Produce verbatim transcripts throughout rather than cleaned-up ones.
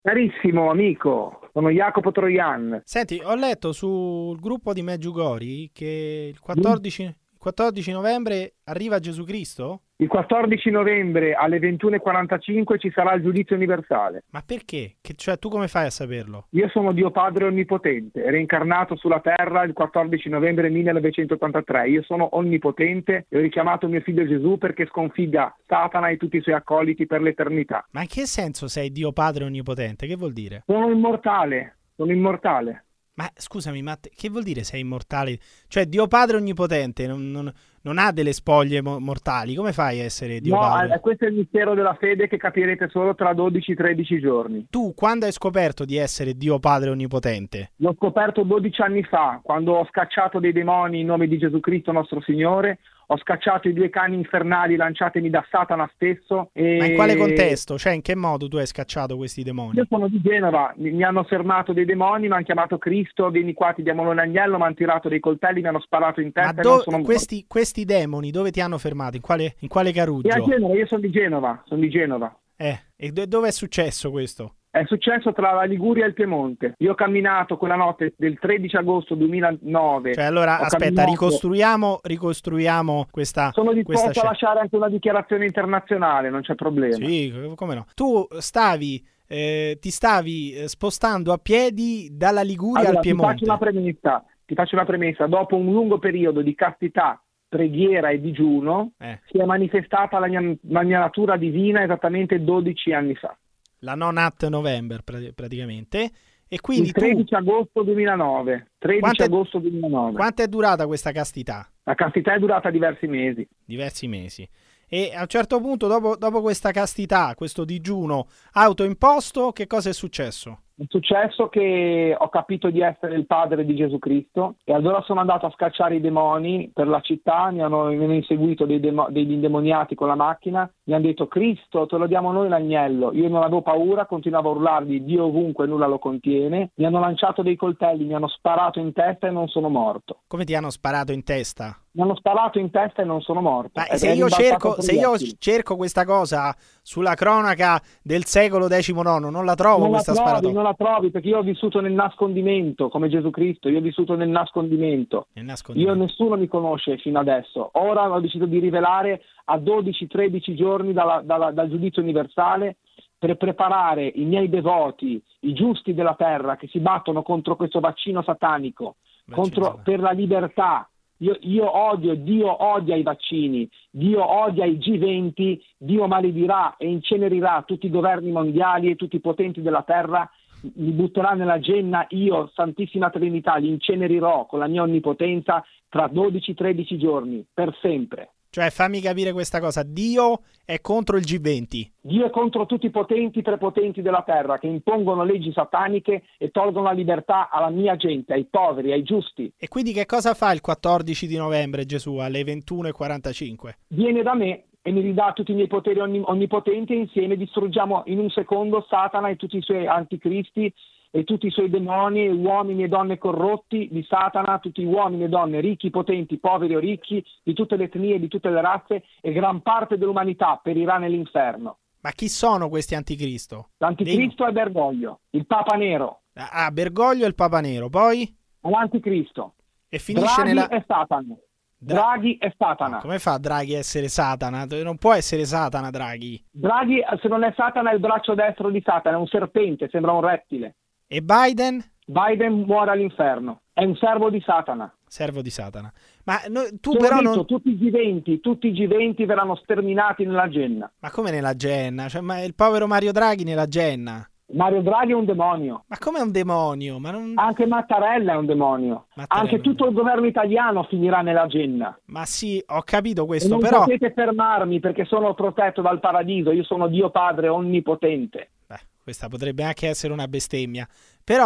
Carissimo amico, sono Jacopo Troian. Senti, ho letto sul gruppo di Meggiugori che il Mm. quattordici, il quattordici novembre arriva Gesù Cristo? Il quattordici novembre alle ventuno e quarantacinque ci sarà il giudizio universale. Ma perché? Che, cioè, tu come fai a saperlo? Io sono Dio Padre Onnipotente, reincarnato sulla terra il quattordici novembre millenovecentottantatré. Io sono onnipotente e ho richiamato mio figlio Gesù perché sconfigga Satana e tutti i suoi accoliti per l'eternità. Ma in che senso sei Dio Padre Onnipotente? Che vuol dire? Sono immortale, sono immortale. Ma scusami, ma te- che vuol dire sei immortale? Cioè, Dio Padre Onnipotente non, non- non ha delle spoglie mo- mortali. Come fai a essere Dio No, Padre? eh, questo è il mistero della fede che capirete solo tra dodici tredici giorni. Tu quando hai scoperto di essere Dio Padre Onnipotente? L'ho scoperto dodici anni fa, quando ho scacciato dei demoni in nome di Gesù Cristo nostro Signore, ho scacciato i due cani infernali lanciatemi da Satana stesso. E... Ma in quale contesto? Cioè, in che modo tu hai scacciato questi demoni? Io sono di Genova, mi, mi hanno fermato dei demoni, mi hanno chiamato Cristo, vieni qua, ti diamo l'agnello, mi hanno tirato dei coltelli, mi hanno sparato in testa Ma e non do- sono questi, questi demoni dove ti hanno fermato? In quale, in quale morto. E a caruggio? Genova, io sono di Genova, sono di Genova. Eh, e do- dove è successo questo? È successo tra la Liguria e il Piemonte. Io ho camminato quella notte del tredici agosto duemilanove. Cioè, allora, Ho aspetta, camminato- ricostruiamo, ricostruiamo questa, Sono questa disposto a scena. lasciare anche una dichiarazione internazionale, non c'è problema. Sì, come no. Tu stavi, eh, ti stavi eh, spostando a piedi dalla Liguria Allora, al ti faccio Piemonte. una premessa. Ti faccio una premessa. Dopo un lungo periodo di castità, preghiera e digiuno, Eh, si è manifestata la mia, la mia natura divina esattamente dodici anni fa. la non at November, pra- praticamente. E quindi Il tu, tredici agosto duemilanove. tredici Quanto è- agosto duemilanove. quanto è durata questa castità? La castità è durata diversi mesi. Diversi mesi. E a un certo punto, dopo, dopo questa castità, questo digiuno autoimposto, che cosa è successo? È successo che ho capito di essere il padre di Gesù Cristo e allora sono andato a scacciare i demoni per la città, mi hanno, mi hanno inseguito dei demo, degli indemoniati con la macchina, mi hanno detto Cristo te lo diamo noi l'agnello, io non avevo paura, continuavo a urlargli Dio ovunque nulla lo contiene, mi hanno lanciato dei coltelli, mi hanno sparato in testa e non sono morto. Come ti hanno sparato in testa? Mi hanno sparato in testa e non sono morto. Ma Ed se è io, rimbalzato cerco, il se io proiettile. cerco questa cosa sulla cronaca del secolo diciannove, non la trovo Non la questa trovi, sparatoria. non la trovi perché io ho vissuto nel nascondimento come Gesù Cristo, io ho vissuto nel nascondimento. Nel Io nascondimento. nessuno mi conosce fino adesso. Ora ho deciso di rivelare a dodici tredici giorni dalla- dalla- dal giudizio universale per preparare i miei devoti, i giusti della terra che si battono contro questo vaccino satanico, Vaccino contro, satanico. per la libertà. Io, io odio, Dio odia i vaccini, Dio odia i G venti, Dio maledirà e incenerirà tutti i governi mondiali e tutti i potenti della terra, li butterà nella genna, io, Santissima Trinità, li incenerirò con la mia onnipotenza tra dodici tredici giorni, per sempre. Cioè, fammi capire questa cosa. Dio è contro il G venti. Dio è contro tutti i potenti e prepotenti della terra che impongono leggi sataniche e tolgono la libertà alla mia gente, ai poveri, ai giusti. E quindi che cosa fa il quattordici di novembre Gesù alle ventuno e quarantacinque? Viene da me e mi ridà tutti i miei poteri onn- onnipotenti e insieme distruggiamo in un secondo Satana e tutti i suoi anticristi e tutti i suoi demoni, uomini e donne corrotti di Satana, tutti uomini e donne ricchi, potenti, poveri o ricchi, di tutte le etnie, di tutte le razze e gran parte dell'umanità perirà nell'inferno. Ma chi sono questi anticristo? L'anticristo è Bergoglio, il Papa Nero, Ah, Bergoglio e il Papa Nero. Poi? l'anticristo. E finisce Draghi nella... è Satana. Dra- Draghi è Satana. Come fa Draghi a essere Satana? Non può essere Satana, Draghi. Draghi, se non è Satana, è il braccio destro di Satana, è un serpente, sembra un rettile. E Biden? Biden muore all'inferno, è un servo di Satana. Servo di Satana. Ma no, tu Te l'ho però detto, non... tutti i G venti, tutti i G venti verranno sterminati nella genna. Ma come nella genna? Cioè, ma il povero Mario Draghi nella genna? Mario Draghi è un demonio, Ma come è un demonio? Ma non... anche Mattarella è un demonio, Mattarella anche è un tutto il governo italiano finirà nella genna. Ma sì, ho capito E questo, non però... potete fermarmi perché sono protetto dal paradiso, io sono Dio Padre onnipotente. Beh, questa potrebbe anche essere una bestemmia. Però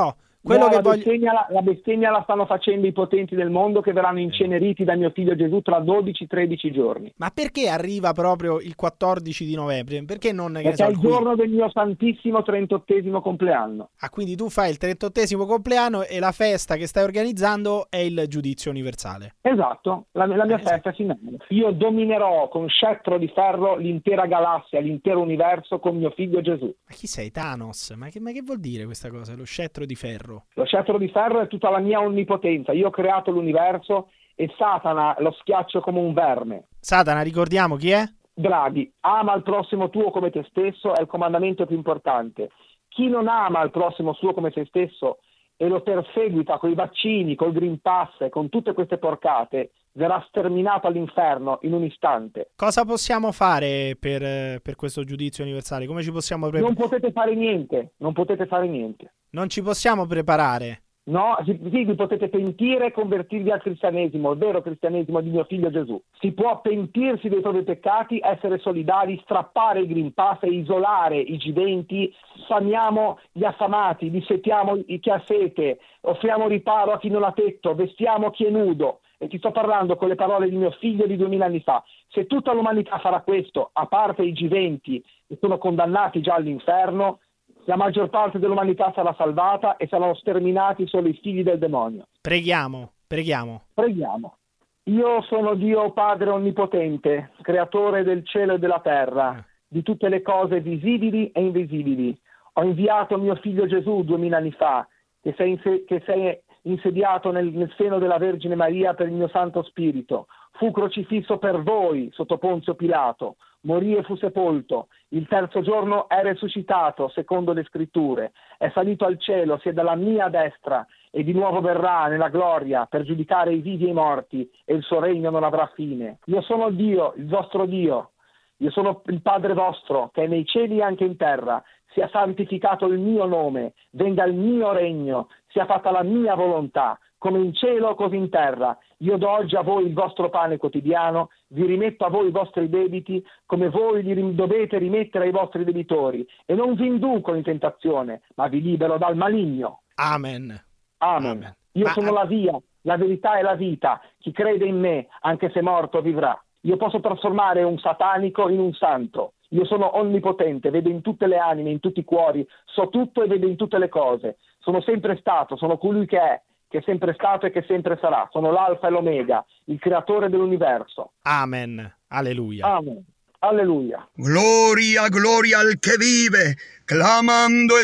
quello no, che la, voglio... bestemmia, la, la bestemmia la stanno facendo i potenti del mondo, che verranno inceneriti da mio figlio Gesù tra dodici tredici giorni. Ma perché arriva proprio il quattordici di novembre? Perché non... Che Perché so, è il qui? giorno del mio santissimo trentottesimo compleanno. Ah, quindi tu fai il trentottesimo compleanno e la festa che stai organizzando è il giudizio universale. Esatto, la, la mia eh, festa sì. finale. Io dominerò con scettro di ferro l'intera galassia, l'intero universo con mio figlio Gesù. Ma chi sei, Thanos? Ma che, ma che vuol dire questa cosa, lo scettro di ferro? Lo scettro di ferro è tutta la mia onnipotenza. Io ho creato l'universo e Satana lo schiaccio come un verme. Satana, ricordiamo chi è? Draghi, ama il prossimo tuo come te stesso è il comandamento più importante. Chi non ama il prossimo suo come se stesso e lo perseguita con i vaccini, col Green Pass e con tutte queste porcate, verrà sterminato all'inferno in un istante. Cosa possiamo fare per, per questo giudizio universale? Come ci possiamo preparare? Non potete fare niente, non potete fare niente. Non ci possiamo preparare? No, sì, sì, vi potete pentire e convertirvi al cristianesimo, il vero cristianesimo di mio figlio Gesù. Si può pentirsi dei propri peccati, essere solidari, strappare il Green Pass e isolare i giventi, sfamiamo gli affamati, dissetiamo chi ha sete, offriamo riparo a chi non ha tetto, vestiamo chi è nudo. E ti sto parlando con le parole di mio figlio di duemila anni fa. Se tutta l'umanità farà questo, a parte i giventi che sono condannati già all'inferno, la maggior parte dell'umanità sarà salvata e saranno sterminati solo i figli del demonio. Preghiamo, preghiamo. Preghiamo. Io sono Dio Padre Onnipotente, creatore del cielo e della terra, di tutte le cose visibili e invisibili. Ho inviato mio figlio Gesù duemila anni fa, che sei, inse- che sei insediato nel, nel seno della Vergine Maria per il mio Santo Spirito. Fu crocifisso per voi sotto Ponzio Pilato, morì e fu sepolto. Il terzo giorno è risuscitato, secondo le scritture. È salito al cielo, siede alla mia destra e di nuovo verrà nella gloria per giudicare i vivi e i morti e il suo regno non avrà fine. Io sono Dio, il vostro Dio. Io sono il Padre vostro, che è nei cieli e anche in terra. Sia santificato il mio nome, venga il mio regno, sia fatta la mia volontà, come in cielo così in terra. Io do oggi a voi il vostro pane quotidiano, vi rimetto a voi i vostri debiti, come voi li rim- dovete rimettere ai vostri debitori, e non vi induco in tentazione, ma vi libero dal maligno. Amen. Amen. Amen. Io Ma... sono la via, la verità e la vita. Chi crede in me, anche se morto, vivrà. Io posso trasformare un satanico in un santo. Io sono onnipotente, vedo in tutte le anime, in tutti i cuori, so tutto e vedo in tutte le cose. Sono sempre stato, sono colui che è, che è sempre stato e che sempre sarà. Sono l'alfa e l'omega, il creatore dell'universo. Amen. Alleluia. Amen. Alleluia. Gloria, gloria al que vive, clamando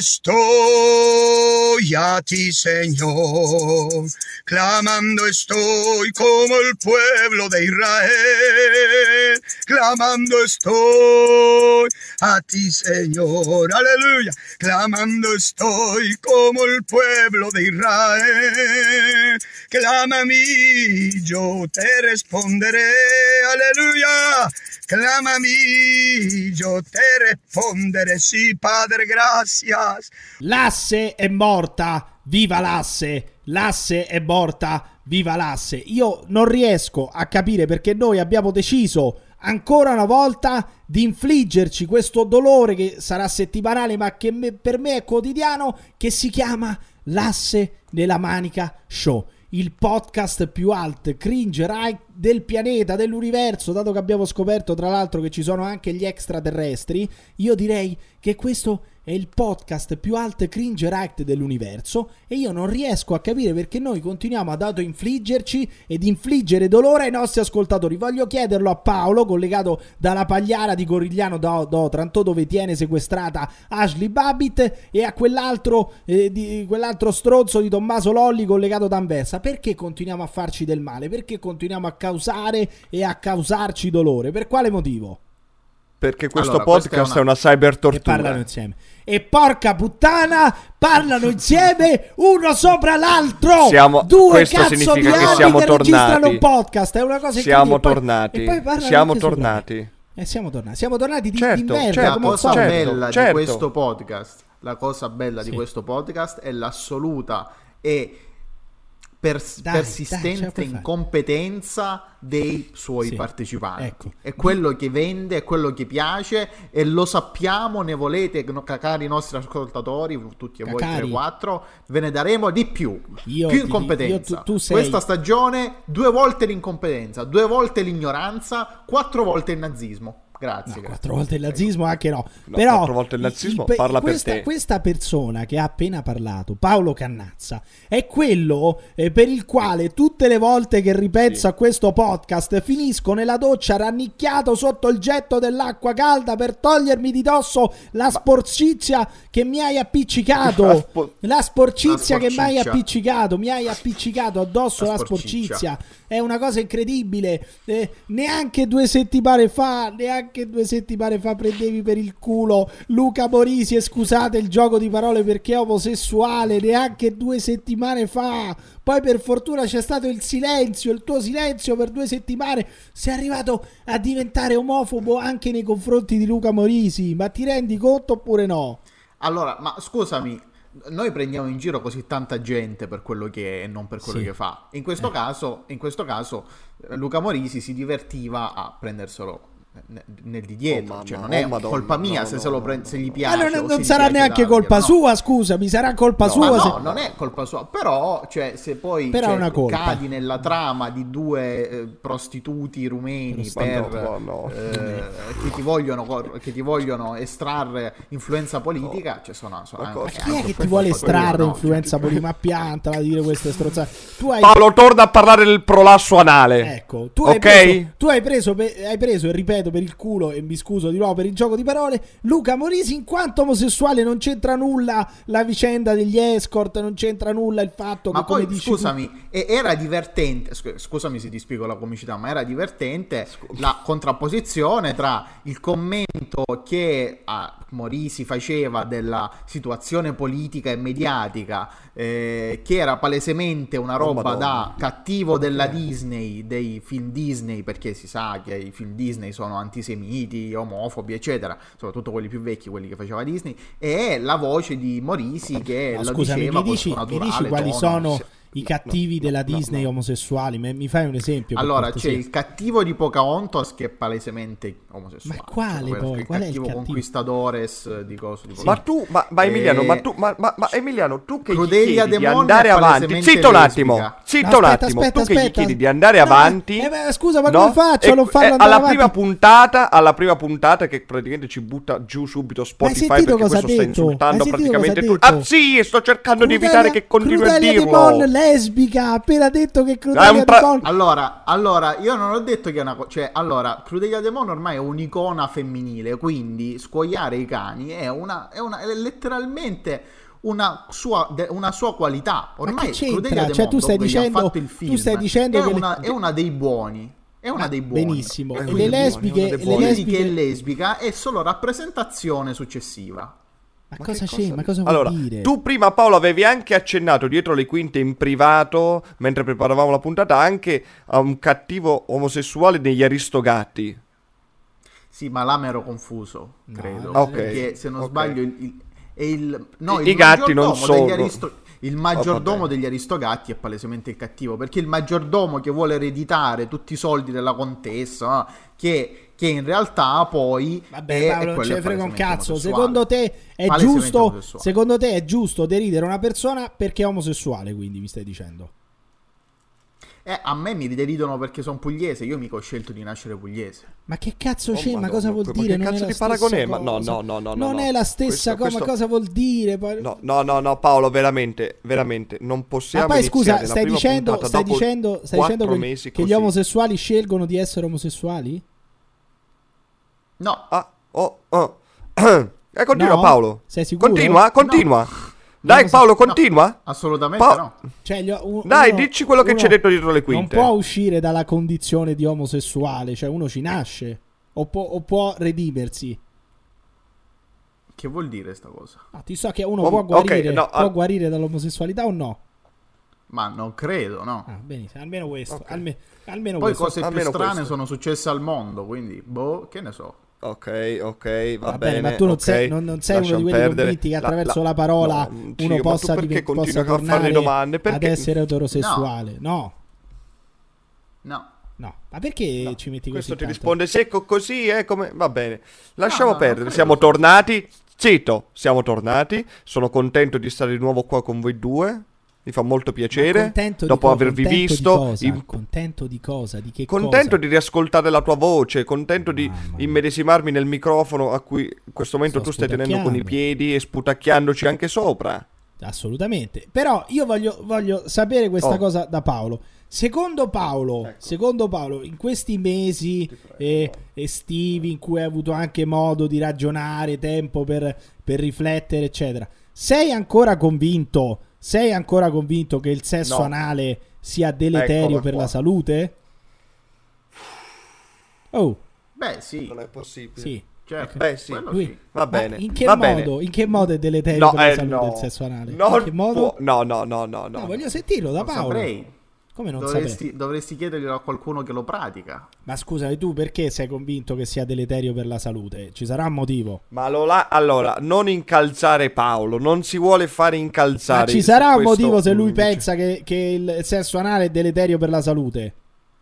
estoy a ti, Señor. Clamando estoy como el pueblo de Israel. Clamando estoy a ti, Señor. Aleluya. Clamando estoy como el pueblo de Israel. Clama a mí, yo te responderé. Aleluya. Clama a mí, yo te risponderé, sì, Padre, gracias. L'asse è morta, viva l'asse, l'asse è morta, viva l'asse. Io non riesco a capire perché noi abbiamo deciso ancora una volta di infliggerci questo dolore che sarà settimanale ma che me, per me è quotidiano, che si chiama L'asse nella manica show. Il podcast più alt cringe right del pianeta, dell'universo, dato che abbiamo scoperto tra l'altro che ci sono anche gli extraterrestri. Io direi che questo è il podcast più alt cringe right dell'universo e io non riesco a capire perché noi continuiamo ad autoinfliggerci ed infliggere dolore ai nostri ascoltatori. Voglio chiederlo a Paolo, collegato dalla Pagliara di Corigliano d'Otranto, dove tiene sequestrata Ashley Babbitt, e a quell'altro eh, di quell'altro stronzo di Tommaso Lolli collegato da Anversa. Perché continuiamo a farci del male? Perché continuiamo a causare e a causarci dolore? Per quale motivo? Perché questo allora, podcast è una, è una cyber tortura. E parlano insieme. E porca puttana, parlano insieme uno sopra l'altro. Siamo, Due questo cazzo significa di che anni siamo che tornati. registrano un podcast. È una cosa siamo incredibile. tornati. E poi, e poi siamo anche tornati. E siamo tornati. Siamo tornati di, certo, di merda. certo, La cosa certo, bella certo. di questo podcast, la cosa bella sì. di questo podcast è l'assoluta e pers- Dai, persistente dai, ce la puoi incompetenza dei suoi Sì, partecipanti. ecco. È quello che vende, è quello che piace, e lo sappiamo, ne volete, no, cari nostri ascoltatori, tutti e voi Cacari. tre quattro, ve ne daremo di più. Io più ti- incompetenza. io- tu- tu sei- Questa stagione, due volte l'incompetenza, due volte l'ignoranza, quattro volte il nazismo. Grazie. No, grazie. quattro volte il nazismo anche no, No, però quattro volte il nazismo, pe- parla per questa, te. questa persona che ha appena parlato, Paolo Cannazza, è quello eh, per il quale tutte le volte che ripenso Sì. a questo podcast finisco nella doccia rannicchiato sotto il getto dell'acqua calda per togliermi di dosso la sporcizia che mi hai appiccicato, La spo- la sporcizia La che mi hai sporciccia. appiccicato, mi hai appiccicato addosso La la sporciccia. sporcizia. È una cosa incredibile. Eh, neanche due settimane fa, neanche due settimane fa prendevi per il culo Luca Morisi, e scusate il gioco di parole perché è omosessuale, neanche due settimane fa. Poi per fortuna c'è stato il silenzio, il tuo silenzio per due settimane. Sei arrivato a diventare omofobo anche nei confronti di Luca Morisi. Ma ti rendi conto oppure no? Allora, ma scusami, noi prendiamo in giro così tanta gente per quello che è e non per quello Sì. che fa. In questo Eh. caso, in questo caso eh, Luca Morisi si divertiva a prenderselo ne- nel di dietro, Oh, mamma, cioè non oh, è madonna, colpa mia no, se, no, se, lo no, pre- no, se gli no. piace. Ma o non, se non gli sarà piace neanche darglielo, colpa no. sua, scusami, sarà colpa No, sua. Ma se- no, non è colpa sua, però cioè, se poi Però cioè, è una colpa. cadi nella trama di due eh, prostituti rumeni Ma per, no, no. eh, che, ti vogliono, cor- che ti vogliono estrarre influenza politica, cioè sono, sono Ma anche- cosa? Chi è anche che per ti vuole colpa estrarre tua, no? influenza politica? Ma piantala a dire queste strozzate. Tu hai Paolo, torna a parlare del prolasso anale. Ecco, tu hai Ok? preso, tu hai preso, pe- hai preso, e ripeto per il culo, e mi scuso di nuovo per il gioco di parole, Luca Morisi in quanto omosessuale. Non c'entra nulla la vicenda degli escort, non c'entra nulla il fatto Ma che, come poi dici tu- scusami, e- era divertente, scu- scusami se ti spiego la comicità, ma era divertente la contrapposizione tra il commento che ah, Morisi faceva della situazione politica e mediatica, eh, che era palesemente una roba Madonna. da cattivo della Disney, dei film Disney, perché si sa che i film Disney sono antisemiti, omofobi, eccetera, soprattutto quelli più vecchi, quelli che faceva Disney, e la voce di Morisi che No, lo scusami, diceva mi col dici, suo mi naturale dici quali tono. sono Sì. i cattivi no, della no, Disney no. omosessuali? Mi, mi fai un esempio? per Allora, cortesia? c'è il cattivo di Pocahontas che è palesemente omosessuale. Ma quale Cioè, poi? Il Qual è il cattivo cattivo? conquistadores di coso di Ma tu, ma, ma Emiliano, Eh, ma tu, ma, ma, ma Emiliano, tu che gli Crudelia chiedi di Demon andare è avanti, palesemente zitto un attimo, lesbica. zitto No, un aspetta, attimo, aspetta, tu che gli aspetta. chiedi di andare No, avanti, eh, beh, scusa, ma no? come faccio a non E- farlo e andare alla avanti? prima puntata, alla prima puntata che praticamente ci butta giù subito Spotify sentito perché cosa ha questo sta detto? insultando Hai sentito praticamente cosa ha tutti. detto? Ah sì, sto cercando di Crudelia- evitare che continui a Crudelia dirlo. Demon lesbica, ha appena detto che È Crudelia un tra- Demon Allora, allora, io non ho detto che è una cosa. Cioè, allora, Crudelia Demon ormai è un'icona femminile, quindi scuoiare i cani è una. È, una, è letteralmente una sua, de- una sua qualità. Ma che Ormai c'entra? Crudelia Demon, Cioè, tu stai dopo che gli ha dicendo- fatto il tu film, stai dicendo è, che le- una, è una dei buoni. È una Ma dei buoni. benissimo. Eh, E quindi le buoni, lesbiche, una dei le buoni. Quindi lesbiche che è lesbica è solo rappresentazione successiva. Ma, Ma cosa che c'è? cosa- Ma cosa vuol Allora, dire? tu prima Paolo avevi anche accennato dietro le quinte in privato, mentre preparavamo la puntata, anche a un cattivo omosessuale degli Aristogatti. Sì, ma là mi ero confuso, No, credo. ok, Perché se non ok. sbaglio il, il, è il, no, I- il i gatti non maggiordomo degli sono. Aristo- il maggiordomo vabbè. degli Aristogatti è palesemente il cattivo, perché il maggiordomo che vuole ereditare tutti i soldi della contessa, no? che, che in realtà poi Vabbè, è, Paolo, è non quello ce ne frega un palesemente cazzo. omosessuale. Secondo te è Palesemente giusto? omosessuale. Secondo te è giusto deridere una persona perché è omosessuale? Quindi mi stai dicendo? Eh, a me mi deridono perché sono pugliese, io mica ho scelto di nascere pugliese. Ma che cazzo Oh, c'è? Ma Madonna, cosa vuol ma dire? che Non cazzo è la di stessa paragone è? Ma no, cosa. no, no, no, Non no. è la stessa Questo- cosa. Ma questo- cosa vuol dire? Poi- No, no, no, no, Paolo, veramente, veramente, non possiamo Ma poi scusa, iniziare la stai prima dicendo, puntata stai dopo dicendo, stai quattro dicendo che, mesi che gli così. omosessuali scelgono di essere omosessuali? No, Ah, oh, oh. E continua No? Paolo. Sei sicuro? Continua, continua. Dai Non so- Paolo, continua. assolutamente Pa- no. Cioè, gli- un- Dai, uno- dici quello che uno c'è detto dietro le Non quinte. può uscire dalla condizione di omosessuale, cioè uno ci nasce o può, o può redimersi. Che vuol dire sta cosa? Ah, ti so che uno Oh, può ok, guarire, no, può al- guarire dall'omosessualità o no? Ma non credo, no. Ah, benissimo, almeno questo. Ok. alme- almeno Poi questo. cose più Almeno strane questo. sono successe al mondo, quindi, boh, che ne so. Ok, ok, va, Va bene, bene, ma tu non okay. sei, non, non sei uno di quelli perdere. convinti che attraverso la, la, parola no, uno Cio, possa, ma tu perché div- possa continui a fare tornare domande? Perché... ad essere eterosessuale. No, No. no. Ma perché No, ci metti così questo ti tanto? risponde secco così, eh, come... Va bene. Lasciamo no, perdere, non siamo credo. tornati. Zitto, siamo tornati. Sono contento di stare di nuovo qua con voi due. Mi fa molto Ma piacere. contento Dopo di co- avervi contento visto. di cosa? in- Contento di cosa? Di che Contento cosa? di riascoltare la tua voce, contento di Mamma mia. immedesimarmi nel microfono a cui in questo momento Sto tu stai tenendo con i sputacchiando. piedi e sputacchiandoci anche sopra. Assolutamente. Però io voglio, voglio sapere questa Oh. cosa da Paolo. Secondo Paolo, Ecco. secondo Paolo, in questi mesi eh, estivi in cui hai avuto anche modo di ragionare, tempo per, per riflettere, eccetera, sei ancora convinto? Sei ancora convinto che il sesso No. anale sia deleterio Eccola per qua. la salute? Oh, Beh, sì. Non è possibile. sì. Certo. Beh, sì. Quello Lui- sì. Va Ma bene. in che va modo? bene. In che modo è deleterio No, per la eh, salute no. il sesso anale? Non in che modo? può- No, no, no, no, no. No, voglio sentirlo da Non Paolo. saprei. Come non saprei? Dovresti, dovresti chiederglielo a qualcuno che lo pratica. Ma scusami, tu perché sei convinto che sia deleterio per la salute? Ci sarà un motivo. Ma lo la- allora, non incalzare Paolo, non si vuole fare incalzare. Ma ci sarà un questo- motivo se lui mm, pensa che, che il sesso anale è deleterio per la salute?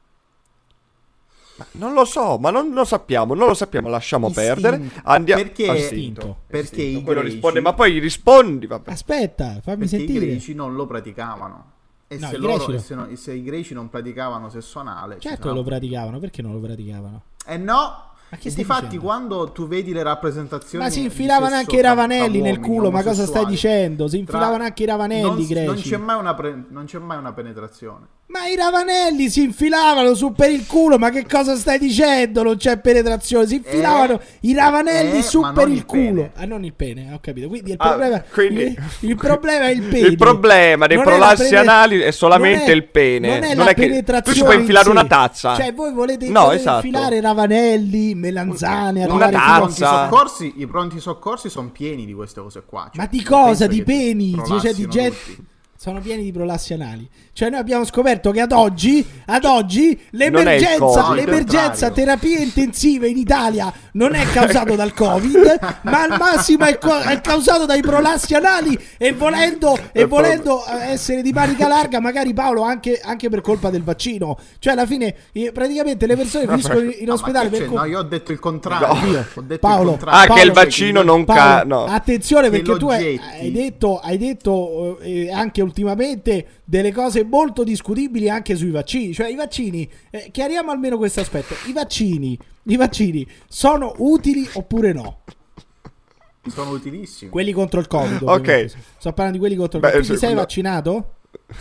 Ma non lo so, ma non lo sappiamo, non lo sappiamo, lasciamo Istinto. perdere. Andiamo. Perché- Istinto. Perché Istinto. i Quello greci- risponde, ma poi gli rispondi, vabbè. Aspetta, fammi Perché sentire. i greci non lo praticavano. E, No, se, i loro, greci lo- e se, no- e se i greci non praticavano sesso anale, ci Certo sarà- che lo praticavano, perché non lo praticavano? Eh no. Ma che E stai difatti dicendo? quando tu vedi le rappresentazioni Ma si di infilavano sesso anche i tra- ravanelli tra nel uomini culo, ma cosa stai omosessuali, dicendo? Si tra- infilavano anche i ravanelli non, greci. non c'è mai una pre- non c'è mai una penetrazione. Ma i ravanelli si infilavano su per il culo, ma che cosa stai dicendo? Non c'è penetrazione, si infilavano Eh, i ravanelli eh, su ma per non il il culo. pene. Ah, non il pene, ho capito. Quindi il Ah, problema, quindi- il, il problema è il pene. Il problema dei Non è prolassi la pene- anali è solamente non è- il pene. Non è Non la è che- tu penetrazione ci puoi in infilare sé. una tazza. Cioè, voi volete, No, volete esatto. infilare ravanelli, melanzane, Una arrivare I fino a- pronti tazza. soccorsi, i pronti soccorsi sono pieni di queste cose qua. Cioè, Ma di non cosa? penso Di che peni? Cioè, di prolassino gente... tutti. Sono pieni di prolassi anali. Cioè, noi abbiamo scoperto che ad oggi, ad oggi Non è il l'emergenza, Covid. l'emergenza No, il terapie intensive in Italia non è causato dal Covid, ma al massimo è, co- è causato dai prolassi anali. E volendo, e volendo eh, essere di manica larga, magari Paolo, anche, anche per colpa del vaccino. Cioè, alla fine, eh, praticamente le persone finiscono in, in No, ma ospedale che per c'è? colpa. No, io ho detto il contrario. No. Io ho detto Paolo, il contrario. Ah, che il Paolo, vaccino non Paolo, ca... no. attenzione, Che perché lo tu hai, getti. hai detto, hai detto eh, anche ultimamente delle cose molto discutibili anche sui vaccini. Cioè, i vaccini, eh, chiariamo almeno questo aspetto: i vaccini, i vaccini sono utili oppure no? Sono utilissimi. Quelli contro il Covid. Ok. ovviamente. Sto parlando di quelli contro il Beh, Covid. Tu ti se- sei no. vaccinato?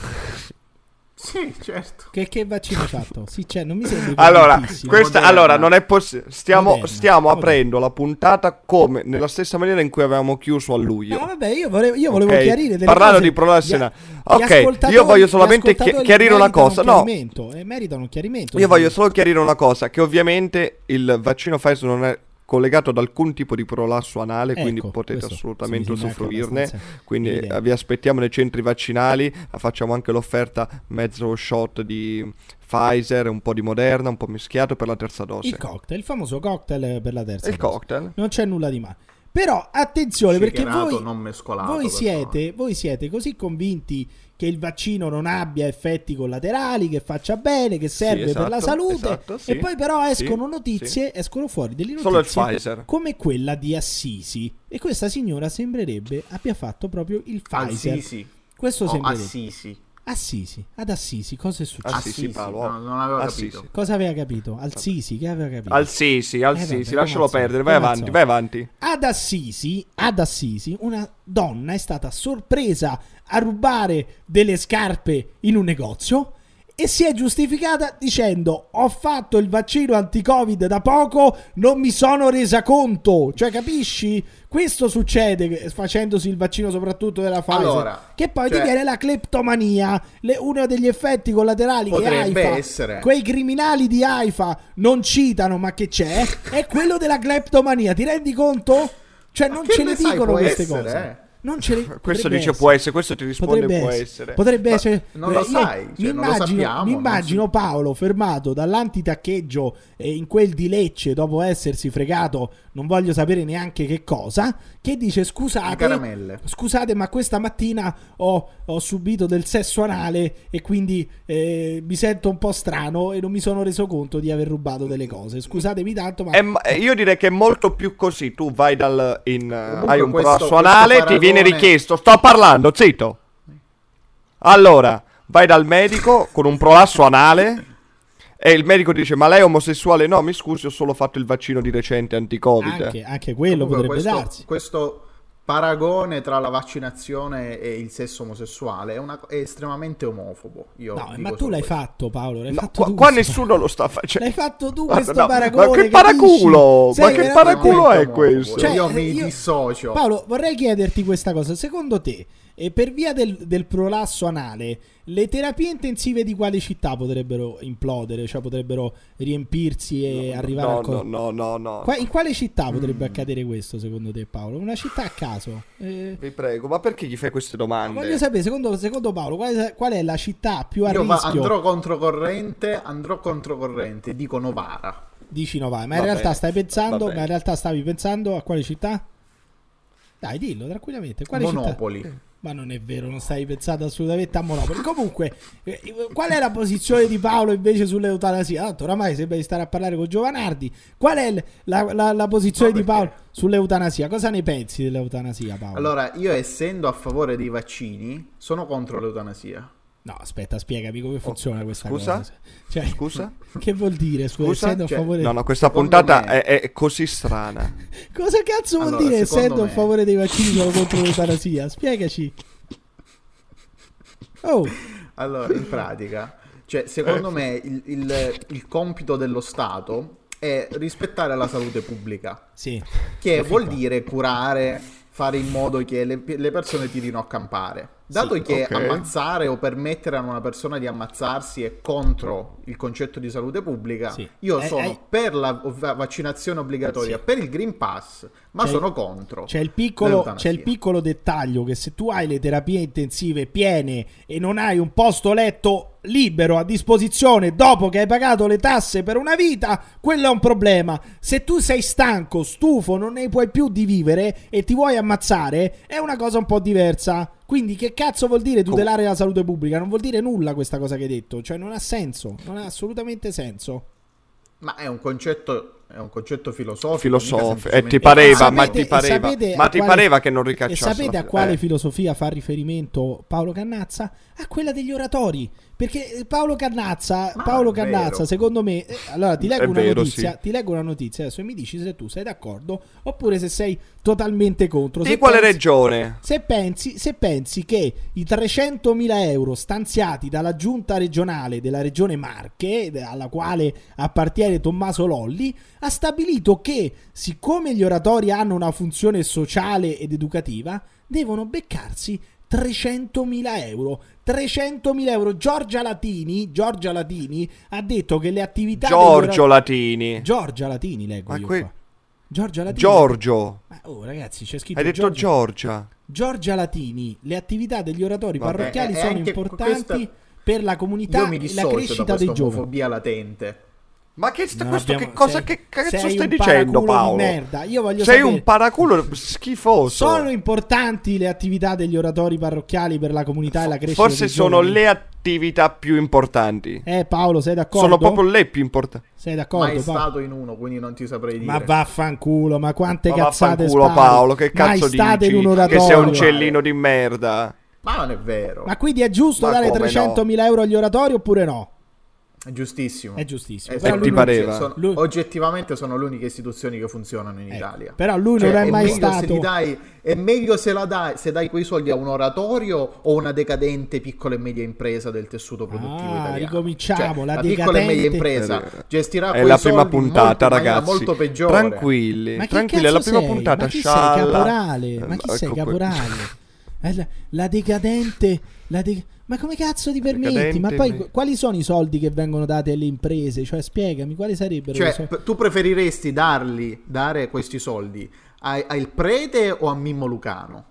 Sì, certo. Che, che vaccino hai fatto? Sì, cioè, non mi sembra Allora, convintissimo. questa, Moderna. allora non è possibile. Stiamo, Moderna. stiamo Moderna. aprendo la puntata come nella stessa maniera in cui avevamo chiuso a luglio. No, vabbè, io volevo, io volevo Ok? chiarire delle Parlando cose. di prolassi Gli- anali. gli Ok, ascoltatori- io voglio gli solamente chi- ascoltatori chiarire una meritano cosa. un No, chiarimento, eh, meritano un chiarimento. io voglio solo chiarire una cosa: che ovviamente il vaccino Pfizer non è collegato ad alcun tipo di prolasso anale, quindi Ecco, potete questo assolutamente sì, mi sembra usufruirne. abbastanza Quindi evidente. eh, vi aspettiamo nei centri vaccinali. Facciamo anche l'offerta mezzo shot di Pfizer, un po' di Moderna, un po' mischiato per la terza dose. Il cocktail, il famoso cocktail per la terza Il dose. cocktail. Non c'è nulla di male. Però attenzione, perché Shakerato, voi, non mescolato, voi, per siete, voi siete così convinti che il vaccino non abbia effetti collaterali, che faccia bene, che serve esatto, per la salute, esatto, sì, e poi però escono sì, notizie, escono fuori delle Solo il notizie Pfizer. come quella di Assisi. E questa signora sembrerebbe abbia fatto proprio il Pfizer. Assisi. Questo O sembrerebbe. Assisi. Assisi, ad Assisi, cosa è successo? Assisi, Assisi, Paolo. no, non avevo Assisi. capito. Cosa aveva capito? Al Sisi, che aveva capito? Al Sisi, al Eh, Sisi, vabbè, lascialo come al perdere, solito, vai come al avanti, solito. vai avanti. Ad Assisi, ad Assisi, una donna è stata sorpresa a rubare delle scarpe in un negozio e si è giustificata dicendo: ho fatto il vaccino anti-Covid da poco, non mi sono resa conto. Cioè, capisci? Questo succede che- facendosi il vaccino soprattutto della Pfizer. Allora, che poi ti cioè- viene la cleptomania, le- uno degli effetti collaterali che Potrebbe AIFA, essere. quei criminali di AIFA non citano, ma che c'è, è quello della cleptomania. Ti rendi conto? Cioè, Ma non che ce le ne sai, dicono può queste essere, cose. eh. Non ce le... Questo dice essere. può essere, questo ti risponde potrebbe può essere. essere. Potrebbe Ma essere. non lo Io sai, cioè, mi non lo immagino, sappiamo, mi non immagino si- Paolo fermato dall'antitaccheggio eh, in quel di Lecce dopo essersi fregato, non voglio sapere neanche che cosa, che dice Di scusate, caramelle. scusate ma questa mattina ho, ho subito del sesso anale e quindi eh, mi sento un po' strano e non mi sono reso conto di aver rubato delle cose. Scusatemi tanto, ma È m- eh, io direi che è molto più così. Tu vai dal in, eh, Comunque hai un questo- prolasso questo anale, ti paragone- viene richiesto. Sto parlando, zitto. Allora, vai dal medico con un prolasso anale e il medico dice: ma lei è omosessuale? No, mi scusi, ho solo fatto il vaccino di recente anti-Covid. anche, anche quello Comunque potrebbe questo, darsi. questo paragone tra la vaccinazione e il sesso omosessuale è, una- è estremamente omofobo. Io No, dico ma tu solo l'hai questo. fatto, Paolo. L'hai No, fatto qua tu qua questo nessuno lo sta facendo. L'hai fatto tu Guarda, questo no, paragone. ma che capisci? paraculo? Sei Ma che veramente- paraculo è Estremamente questo? Cioè, io mi io- dissocio. Paolo, vorrei chiederti questa cosa. Secondo te, e per via del, del prolasso anale, le terapie intensive di quale città potrebbero implodere? Cioè potrebbero riempirsi e arrivare no, a co- no, no, no, no. Qua- in quale città potrebbe accadere questo secondo te, Paolo? Una città a caso? Eh, Vi prego, ma perché gli fai queste domande? voglio sapere, secondo, secondo Paolo, qual è, qual è la città più a Io va- rischio? andrò controcorrente, andrò controcorrente, dico Novara. Dici Novara, ma in Va realtà bene, stai va pensando, bene. ma in realtà stavi pensando a quale città? Dai, dillo tranquillamente. Quale Monopoli. città? Ma non è vero, non stavi pensando assolutamente a Monopoli. Comunque, eh, qual è la posizione di Paolo invece sull'eutanasia? Tanto oramai sembra di stare a parlare con Giovanardi. Qual è l- la, la- la posizione No, di perché? Paolo sull'eutanasia? Cosa ne pensi dell'eutanasia, Paolo? Allora, io essendo a favore dei vaccini, sono contro l'eutanasia. No, aspetta, spiegami come funziona questa scusa? cosa. Cioè, Scusa? che vuol dire? Scusa, Scusa? essendo Cioè, a favore No, no, questa Secondo puntata me- è, è così strana. Cosa cazzo vuol Allora, dire secondo essendo a me- favore dei vaccini sono contro l'eutanasia? Spiegaci. Oh, Allora, in pratica, cioè, secondo me il, il- il compito dello Stato è rispettare la salute pubblica, sì. che Fin vuol qua. dire curare, fare in modo che le, le persone tirino a campare. Dato Sì, che ok. ammazzare o permettere a una persona di ammazzarsi è contro il concetto di salute pubblica, Sì. io Eh, sono eh. per la va- vaccinazione obbligatoria, Sì. per il Green Pass, ma C'è- sono contro. C'è il, piccolo, l'eutanasia. c'è il piccolo dettaglio che se tu hai le terapie intensive piene e non hai un posto letto libero a disposizione dopo che hai pagato le tasse per una vita, quello è un problema. Se tu sei stanco, stufo, non ne puoi più di vivere e ti vuoi ammazzare, è una cosa un po' diversa. Quindi che cazzo vuol dire tutelare la salute pubblica? Non vuol dire nulla questa cosa che hai detto, cioè non ha senso, non ha assolutamente senso. Ma è un concetto, è un concetto filosofico. Filosofico, mica e ti semplicemente- pareva, E ma sapete- ti pareva, e sapete ma a ti quale- pareva che non E ricacciasse sapete la a fi- quale eh. filosofia fa riferimento Paolo Cannazza? A quella degli oratori. Perché Paolo Cannazza, Ma Paolo è Cannazza, vero. secondo me, eh, allora ti leggo È una vero, notizia, sì. ti leggo una notizia adesso e mi dici se tu sei d'accordo oppure se sei totalmente contro. Di Se quale pensi- regione? Se pensi, se pensi che i trecentomila euro stanziati dalla giunta regionale della regione Marche, alla quale appartiene Tommaso Lolli, ha stabilito che, siccome gli oratori hanno una funzione sociale ed educativa, devono beccarsi trecentomila euro. trecentomila euro. Giorgia Latini, Giorgia Latini ha detto che le attività degli Giorgio ora- Latini. Giorgia Latini, leggo Ma io que- qua. Giorgia Latini. Giorgio. Ma, oh ragazzi, c'è scritto Hai detto Giorgia. Giorgia. Giorgia Latini, le attività degli oratori Vabbè, parrocchiali e- e sono anche importanti questa- per la comunità Io mi e la dissocio da crescita questa dei giovani. omofobia latente. Ma che sta, Non questo abbiamo- che cosa sei- che cazzo sei stai un dicendo, paraculo di Paolo? merda. Io voglio Sei sapere- un paraculo schifoso. Sono importanti le attività degli oratori parrocchiali per la comunità e la crescita Forse dei sono giovani? le attività più importanti. Eh Paolo, sei d'accordo? Sono proprio le più importanti. Sei d'accordo, Mai Paolo? stato in uno, quindi non ti saprei dire. Ma vaffanculo, ma quante Ma cazzate vaffanculo, spari? Paolo, che Mai cazzo state dici? in un oratorio? Che sei un Oratorio. cellino di merda. Ma non è vero. Ma quindi è giusto Ma dare come no? trecentomila euro agli oratori oppure no? È giustissimo. È giustissimo. Eh, Però sono lui ti non- pareva? sono- lui- oggettivamente sono le uniche istituzioni che funzionano in Ecco, Italia. però lui Cioè, non è mai meglio stato... se li dai, è meglio se la dai se dai quei soldi a un oratorio o una decadente piccola e media impresa del tessuto produttivo Ah, italiano. ricominciamo, Cioè, la la piccola e media decadente- impresa gestirà È quei la prima soldi in puntata, molto, in maniera ragazzi. molto peggiore. Tranquilli, Ma che tranquilli, è la cazzo prima sei? puntata. Ma chi scialla. sei, caporale? Ma chi Eh, sei, ecco que- caporale? Eh, La, la decadente... La de- Ma come cazzo ti permetti? Decadente, Ma poi me- quali sono i soldi che vengono dati alle imprese? Cioè, spiegami, quali sarebbero i Cioè, soldi? p- tu preferiresti darli, dare questi soldi a- al prete o a Mimmo Lucano?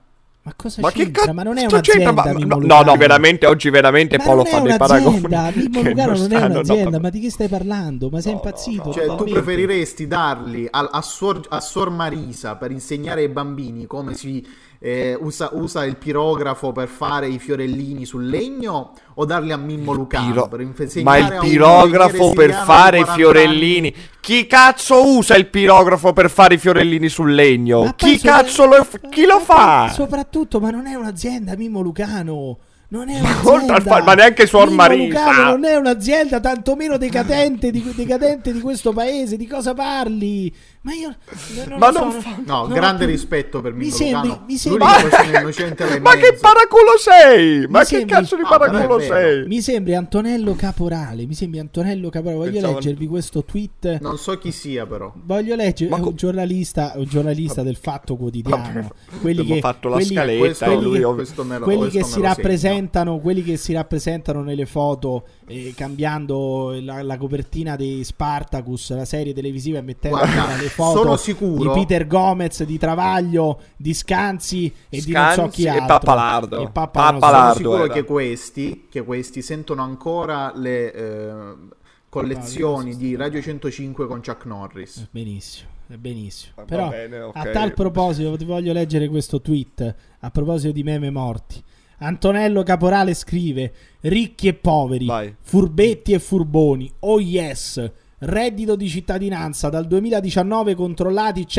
Ma cosa Ma che c'entra? cazzo Ma non è c'entra? un'azienda, Ma- Mimmo no, Lucano. no, veramente, oggi veramente Ma Paolo non fa è dei paragoni. un'azienda, Mimmo che Lucano non è stanno- un'azienda, no, ma di che stai parlando? Ma sei No, impazzito? no, Cioè, tu totalmente? preferiresti darli al- a, Suor, a Suor Marisa per insegnare ai bambini come si eh, usa, usa il pirografo per fare i fiorellini sul legno, o darli a Mimmo Lucano Piro- per Ma insegnare il a un pirografo ingegnere per siriano fare di i quaranta fiorellini? anni? Chi cazzo usa il pirografo per fare i fiorellini sul legno? Ma poi Chi sopra- cazzo lo, chi lo ma fa? poi Soprattutto, ma non è un'azienda, Mimmo Lucano. Non è Oltre al un'azienda. fa- ma neanche Suor Mimmo Marisa. Lucano non è un'azienda, tantomeno decadente di, decadente di questo paese. Di cosa parli? Ma io non Ma lo non so, fa- No, non- grande rispetto per mi Mimmo sembri, Lucano. mi sembri, L'unica persona innocente là in Ma che mezzo. paraculo sei? Ma Mi che sembri- cazzo di Ah, però paraculo è vero. sei? mi sembri Antonello Caporale. Mi sembri Antonello Caporale. Voglio Pensavo- leggervi questo tweet. Non so chi sia, però. Voglio leggere Ma è co- un giornalista, un giornalista del Fatto Quotidiano. Vabbè, quelli abbiamo che fatto la quelli- scaletta questo- e lui che- ov- questo me lo- quelli questo che me si lo rappresentano, quelli che si rappresentano nelle foto eh, cambiando la, la copertina di Spartacus, la serie televisiva, e mettendo Guarda, le foto sono sicuro- di Peter Gomez, di Travaglio, di Scanzi e di non so Scanzi chi e altro. Pappalardo. E Pappalardo. Sono Pappalardo sicuro era. che questi, che questi sentono ancora le eh, collezioni di Radio centocinque con Chuck Norris. Benissimo, benissimo. Va Però bene, ok. a tal proposito ti voglio leggere questo tweet a proposito di meme morti. Antonello Caporale scrive: ricchi e poveri, Vai. furbetti e furboni, oh yes, reddito di cittadinanza dal duemiladiciannove controllati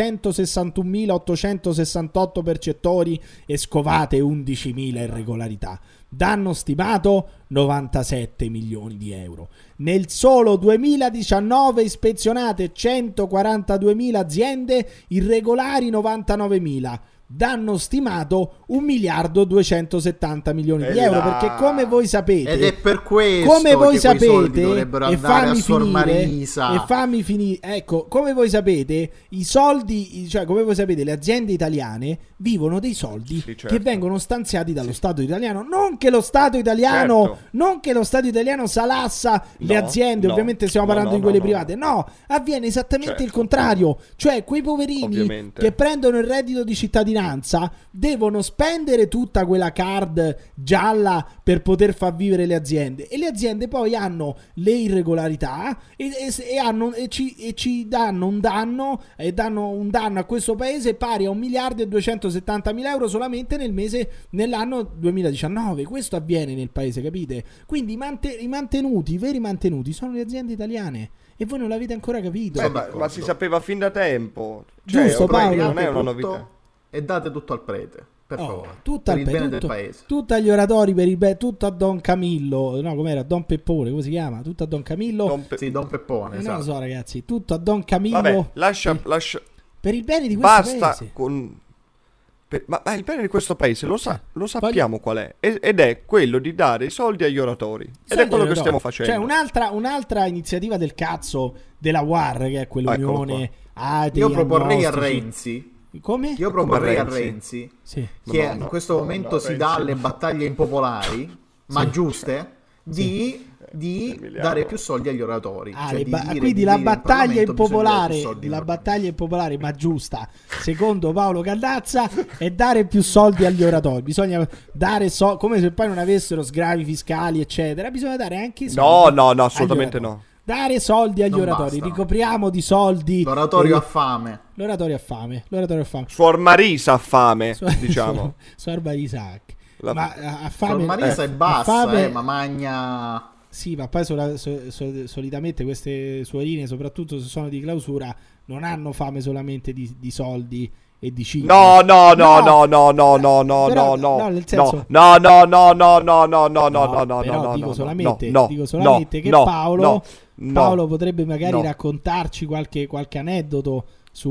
centosessantunomilaottocentosessantotto percettori e scovate undicimila irregolarità. Danno stimato novantasette milioni di euro. Nel solo duemiladiciannove ispezionate centoquarantaduemila aziende, irregolari novantanovemila. Danno stimato un miliardo duecentosettanta milioni E di euro. là. Perché come voi sapete, Ed è per questo come voi che quei soldi sapete, dovrebbero e andare fammi a Suor finire, Marisa. e fammi finire, ecco, come voi sapete, i soldi, cioè come voi sapete, le aziende italiane vivono dei soldi Sì, certo. che vengono stanziati dallo Stato italiano. Non che lo Stato italiano, Certo. non che lo Stato italiano salassa le No, aziende, no, ovviamente stiamo no, parlando no, di quelle no, private. No, avviene esattamente Certo. il contrario, cioè quei poverini Ovviamente. che prendono il reddito di cittadinanza devono spendere tutta quella card gialla per poter far vivere le aziende, e le aziende poi hanno le irregolarità e, e- e hanno, e, ci, e ci danno un danno e danno un danno a questo paese pari a un miliardo e duecentosettantamila euro solamente nel mese, nell'anno duemiladiciannove. Questo avviene nel paese, capite? Quindi i, mante- i mantenuti, i veri mantenuti sono le aziende italiane, e voi non l'avete ancora capito. Beh, ma, ma si sapeva fin da tempo. Cioè, Giusto, ormai Paolo. non è una Tutto novità. E date tutto al prete, per Oh, favore, tutta per il al pe- bene tutto, del paese. tutto agli oratori per il bene, tutto a Don Camillo, no, com'era? Don Peppone, come si chiama? Tutto a Don Camillo. Non pe- Sì, Don Peppone, Eh, non esatto. lo so, ragazzi, tutto a Don Camillo. Vabbè, lascia, per, lascia- per il bene di questo basta paese. con... per- Ma, ma il bene di questo paese lo, sa- Eh, lo sappiamo qual è, e- ed è quello di dare i soldi agli oratori. Ed Soldi è quello che oratori. stiamo facendo. Cioè, un'altra, un'altra iniziativa del cazzo della U A R, che è quell'unione atei, Io proporrei a agnostici. Renzi, Come? io proporrei a Renzi? Renzi Sì. che No, no, in questo no, momento no, si Renzi dà no. alle battaglie impopolari, ma giuste, di, di Emiliano. dare più soldi agli oratori. Ah, Cioè le di ba- dire- quindi di la dire in battaglia Parlamento bisogna dare impopolare, più soldi la ai battaglia impopolare ma giusta, secondo Paolo Candazza, è dare più soldi agli oratori. Bisogna dare so- come se poi non avessero sgravi fiscali, eccetera. Bisogna dare anche i No, soldi no, no, agli assolutamente oratori. no. Dare soldi agli Non oratori, bastano. ricopriamo di soldi. L'oratorio eh, ha fame. L'oratorio ha fame, l'oratorio ha fame. Suor Marisa ha fame, Su- diciamo. su Arba di Isaac. La- Ma ha ha Suor fame. Marisa eh, è bassa, ha fame- eh, ma magna... Sì, ma poi sola- so- so- solitamente queste suorine, soprattutto se sono di clausura, non hanno fame solamente di, di soldi e di cibo. No, no, no, no, no, no, no, no, Però- no, no, no, nel senso- no, no, no, no, no, no, no, no, no, no, però no, dico no, solamente, no, dico solamente no, che no, Paolo, no, no, Paolo potrebbe magari no. raccontarci qualche, qualche aneddoto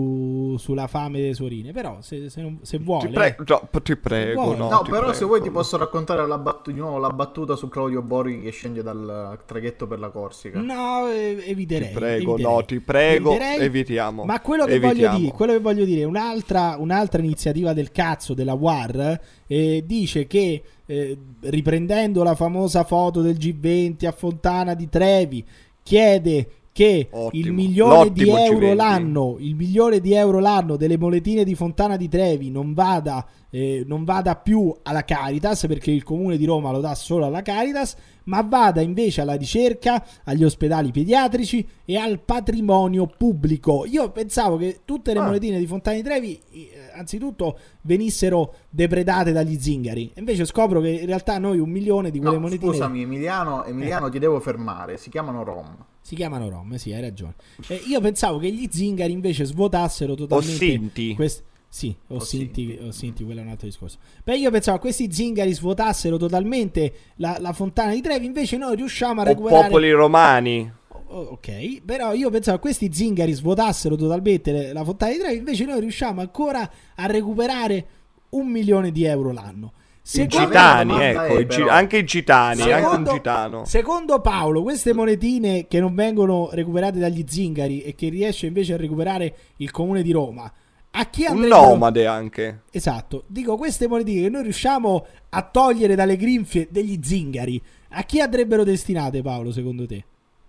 su, sulla fame delle suorine, però se, se, non- se vuole, Ti prego, no, ti prego, vuole. no, No, ti però prego, se vuoi ti no. posso raccontare la battu- di nuovo la battuta su Claudio Borghi che scende dal traghetto per la Corsica. no, eh, eviterei. Ti prego, eviterei. no, ti prego, Eviterei. evitiamo. Ma quello che evitiamo. voglio dire, quello che voglio dire, un'altra, un'altra iniziativa del cazzo della U A R eh, dice che eh, riprendendo la famosa foto del G venti a Fontana di Trevi, chiede che Ottimo. il milione di L'ottimo euro G venti. l'anno, il milione di euro l'anno delle monetine di Fontana di Trevi non vada, eh, non vada più alla Caritas, perché il comune di Roma lo dà solo alla Caritas, ma vada invece alla ricerca, agli ospedali pediatrici e al patrimonio pubblico. Io pensavo che tutte le Ah. monetine di Fontana di Trevi eh, anzitutto venissero depredate dagli zingari, invece scopro che in realtà noi un milione di quelle No, monetine scusami Emiliano, Emiliano ti devo fermare, si chiamano Rom. si chiamano rom, sì, hai ragione. Eh, io pensavo che gli zingari invece svuotassero totalmente Sinti. quest- sì, o, O Sinti, Sinti. o Sinti, quello è un altro discorso. Beh, io pensavo che questi zingari svuotassero totalmente la, la Fontana di Trevi, invece noi riusciamo a O recuperare popoli romani. Oh, ok, però io pensavo che questi zingari svuotassero totalmente le- la Fontana di Trevi, invece noi riusciamo ancora a recuperare un milione di euro l'anno. I Secondo- gitani, domanda ecco, è, i gi- però- anche i gitani, anche un Secondo, gitano. secondo Paolo, queste monetine che non vengono recuperate dagli zingari e che riesce invece a recuperare il comune di Roma, a chi Un andrebbero? nomade anche. Esatto, dico, queste monetine che noi riusciamo a togliere dalle grinfie degli zingari, a chi andrebbero destinate, Paolo, secondo te?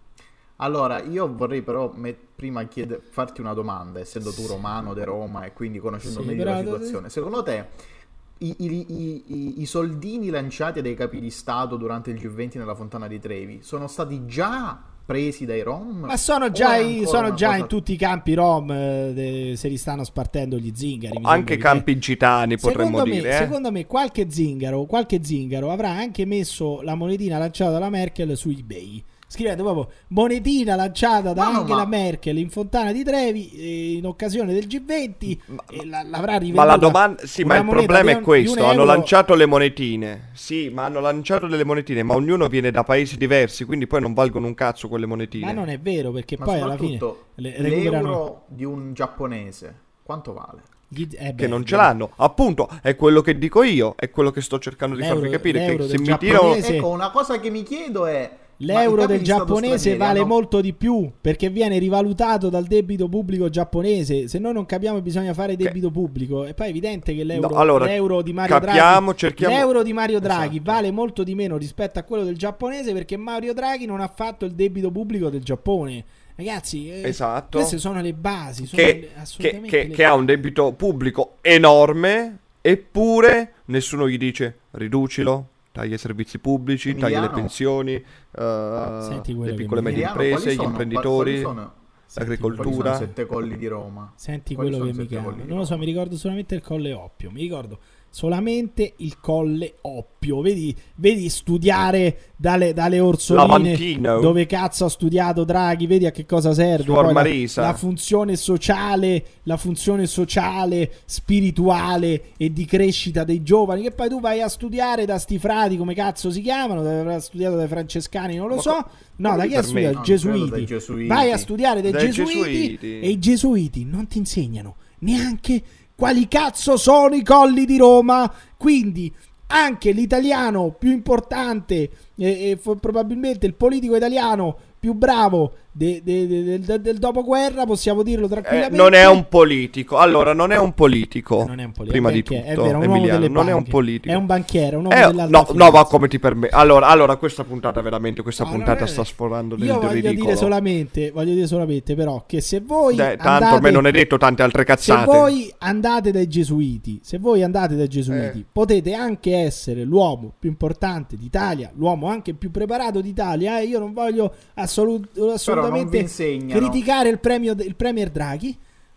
Allora, io vorrei però me- prima chiede- farti una domanda, essendo tu romano de Roma e quindi conoscendo Sì, meglio però- la situazione. Secondo te i, i- i- i- i soldini lanciati dai capi di Stato durante il G venti nella Fontana di Trevi sono stati già presi dai Rom? Ma sono O già, è i- ancora sono una già cosa- in tutti i campi rom, eh, de- se li stanno spartendo gli zingari. mi Anche sembra, campi gitani potremmo secondo me, dire. eh. secondo me qualche zingaro, qualche zingaro avrà anche messo la monetina lanciata dalla Merkel su eBay, scrivendo proprio monetina lanciata da Ma no, Angela ma- Merkel in Fontana di Trevi eh, in occasione del G venti, e la- l'avrà Ma rivenduta la domanda, sì, ma una il moneta problema di è un- di questo: un hanno euro. lanciato le monetine. Sì, ma hanno lanciato delle monetine, ma ognuno viene da paesi diversi, quindi poi non valgono un cazzo quelle monetine. Ma non è vero, perché Ma poi alla fine soprattutto le recuperano l'euro di un giapponese quanto vale? gli- eh, Che beh, non ce l'hanno, appunto, è quello che dico io, è quello che sto cercando di L'euro- farvi capire. l'euro Che se del mi tirano, giapponese- Ecco, una cosa che mi chiedo è ma i l'euro capi del di Stato giapponese stranieri vale hanno- molto di più, perché viene rivalutato dal debito pubblico giapponese. Se noi non capiamo, bisogna fare debito pubblico. E poi è evidente che l'euro, No, allora, l'euro di Mario capiamo, Draghi, cerchiamo- l'euro di Mario Draghi Esatto. vale molto di meno rispetto a quello del giapponese, perché Mario Draghi non ha fatto il debito pubblico del Giappone. Ragazzi, eh, Esatto. queste sono le basi, sono che, le- che, assolutamente che- le che ha basi. un debito pubblico enorme, eppure nessuno gli dice riducilo, taglia i servizi pubblici, taglia le Emiliano. pensioni, eh, Senti quello le che piccole e mi- medie Emiliano, quali imprese, gli sono- imprenditori, quali sono- l'agricoltura. quali sono i sette colli di Roma? Senti Quali quello sono che i mi sette chiama. colli di Non lo so, Roma? mi ricordo solamente il Colle Oppio. Mi ricordo solamente il Colle Oppio. Vedi, vedi studiare dalle, dalle Orsoline, Lavantino. dove cazzo ha studiato Draghi, vedi a che cosa serve. Suor Poi la, Marisa. la funzione sociale, la funzione sociale, spirituale e di crescita dei giovani. Che poi tu vai a studiare da sti frati, come cazzo si chiamano? Avrà studiato dai francescani, non lo Ma so. co- No, da come chi ha per me? studiato? No, credo Gesuiti. dai gesuiti. Vai a studiare dai, Dai gesuiti, gesuiti. e i gesuiti non ti insegnano neanche quali cazzo sono i colli di Roma. Quindi anche l'italiano più importante e, e fo- probabilmente il politico italiano più bravo de- de- de- del- del dopoguerra, possiamo dirlo Eh, tranquillamente. non è un politico. Allora, non è un politico. Non è un politico, Prima è di un tutto, banchiere, è vero, un uomo Emiliano, delle non è un banche. politico. È un banchiere, un uomo Eh, dell'alta no, no, finanza. ma come ti permetti? Allora, allora, questa puntata veramente, questa No, puntata non è- sta sforando nel Io voglio ridicolo. dire solamente, voglio dire solamente però che se voi Dai, tanto andate, a me non hai detto tante altre se cazzate. voi andate dai gesuiti, se voi andate dai gesuiti, Eh. potete anche essere l'uomo più importante d'Italia, l'uomo anche più preparato d'Italia. Eh? Io non voglio assolut- non vi assolutamente insegnano. criticare il premio il premier Draghi.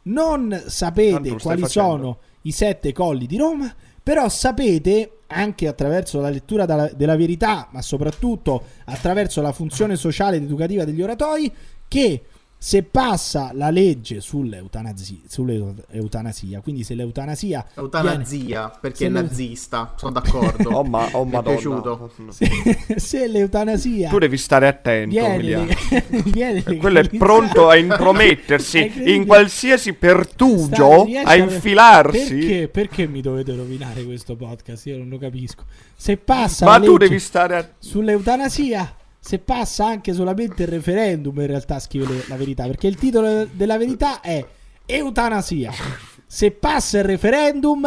Non sapete Tanto lo stai quali facendo. sono i sette colli di Roma, però sapete anche attraverso la lettura della, della verità, ma soprattutto attraverso la funzione sociale ed educativa degli oratoi, che se passa la legge sull'eutanasia, sull'eutanasia, quindi se l'eutanasia Eutanazia, perché se è le- nazista, sono d'accordo. Oh, ma, oh Mi è madonna. piaciuto. viene, se, se l'eutanasia Tu devi stare attento, viene, Emiliano. leg- viene Quello è legalizzata- pronto a È intromettersi incredibile. in qualsiasi Sta- pertugio, riesce a infilarsi. Perché, perché mi dovete rovinare questo podcast? Io non lo capisco. Se passa Ma la tu legge devi stare a... sull'eutanasia, se passa anche solamente il referendum, in realtà scrive le- la verità, perché il titolo della verità è eutanasia. Se passa il referendum,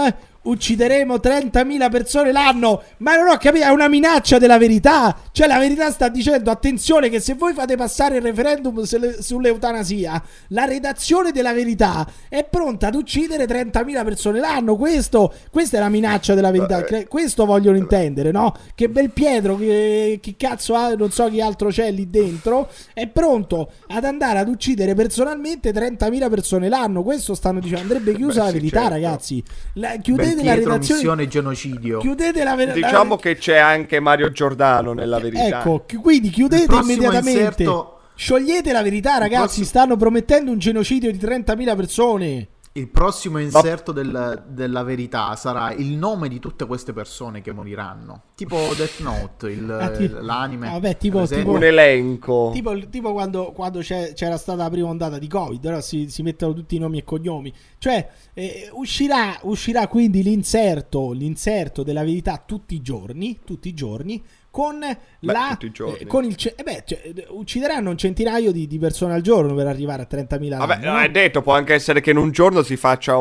uccideremo trentamila persone l'anno, ma non ho capito, è una minaccia della verità. Cioè la verità sta dicendo attenzione che se voi fate passare il referendum sulle- sull'eutanasia, la redazione della verità è pronta ad uccidere trentamila persone l'anno. Questo, questa è la minaccia della verità. Cre- questo vogliono intendere, no? Che Belpietro, che, che cazzo ha, non so chi altro c'è lì dentro, è pronto ad andare ad uccidere personalmente trentamila persone l'anno. Questo stanno dicendo. Andrebbe chiusa Beh, la sì, verità, certo. ragazzi. La, chiudete la Belpietro, redazione, missione genocidio. chiudete la verità. Diciamo che c'è anche Mario Giordano nella verità. Ecco, chi- quindi chiudete Il prossimo immediatamente. inserto- Sciogliete la verità, ragazzi. prossimo- Stanno promettendo un genocidio di trentamila persone. Il prossimo inserto del- della verità sarà il nome di tutte queste persone che moriranno. Tipo Death Note, il- Ah, ti- l'anime. vabbè, tipo- presente? tipo- Un elenco. Tipo, tipo quando, quando c'è- c'era stata la prima ondata di Covid, no? si, si mettono tutti i nomi e cognomi. Cioè, eh, uscirà, uscirà quindi l'inserto, l'inserto della verità tutti i giorni, tutti i giorni, con la tutti i giorni. eh, con il ce- eh beh, cioè, eh, uccideranno un centinaio di, di persone al giorno per arrivare a trentamila Vabbè, l'anno, no, è detto, può anche essere che in un giorno si faccia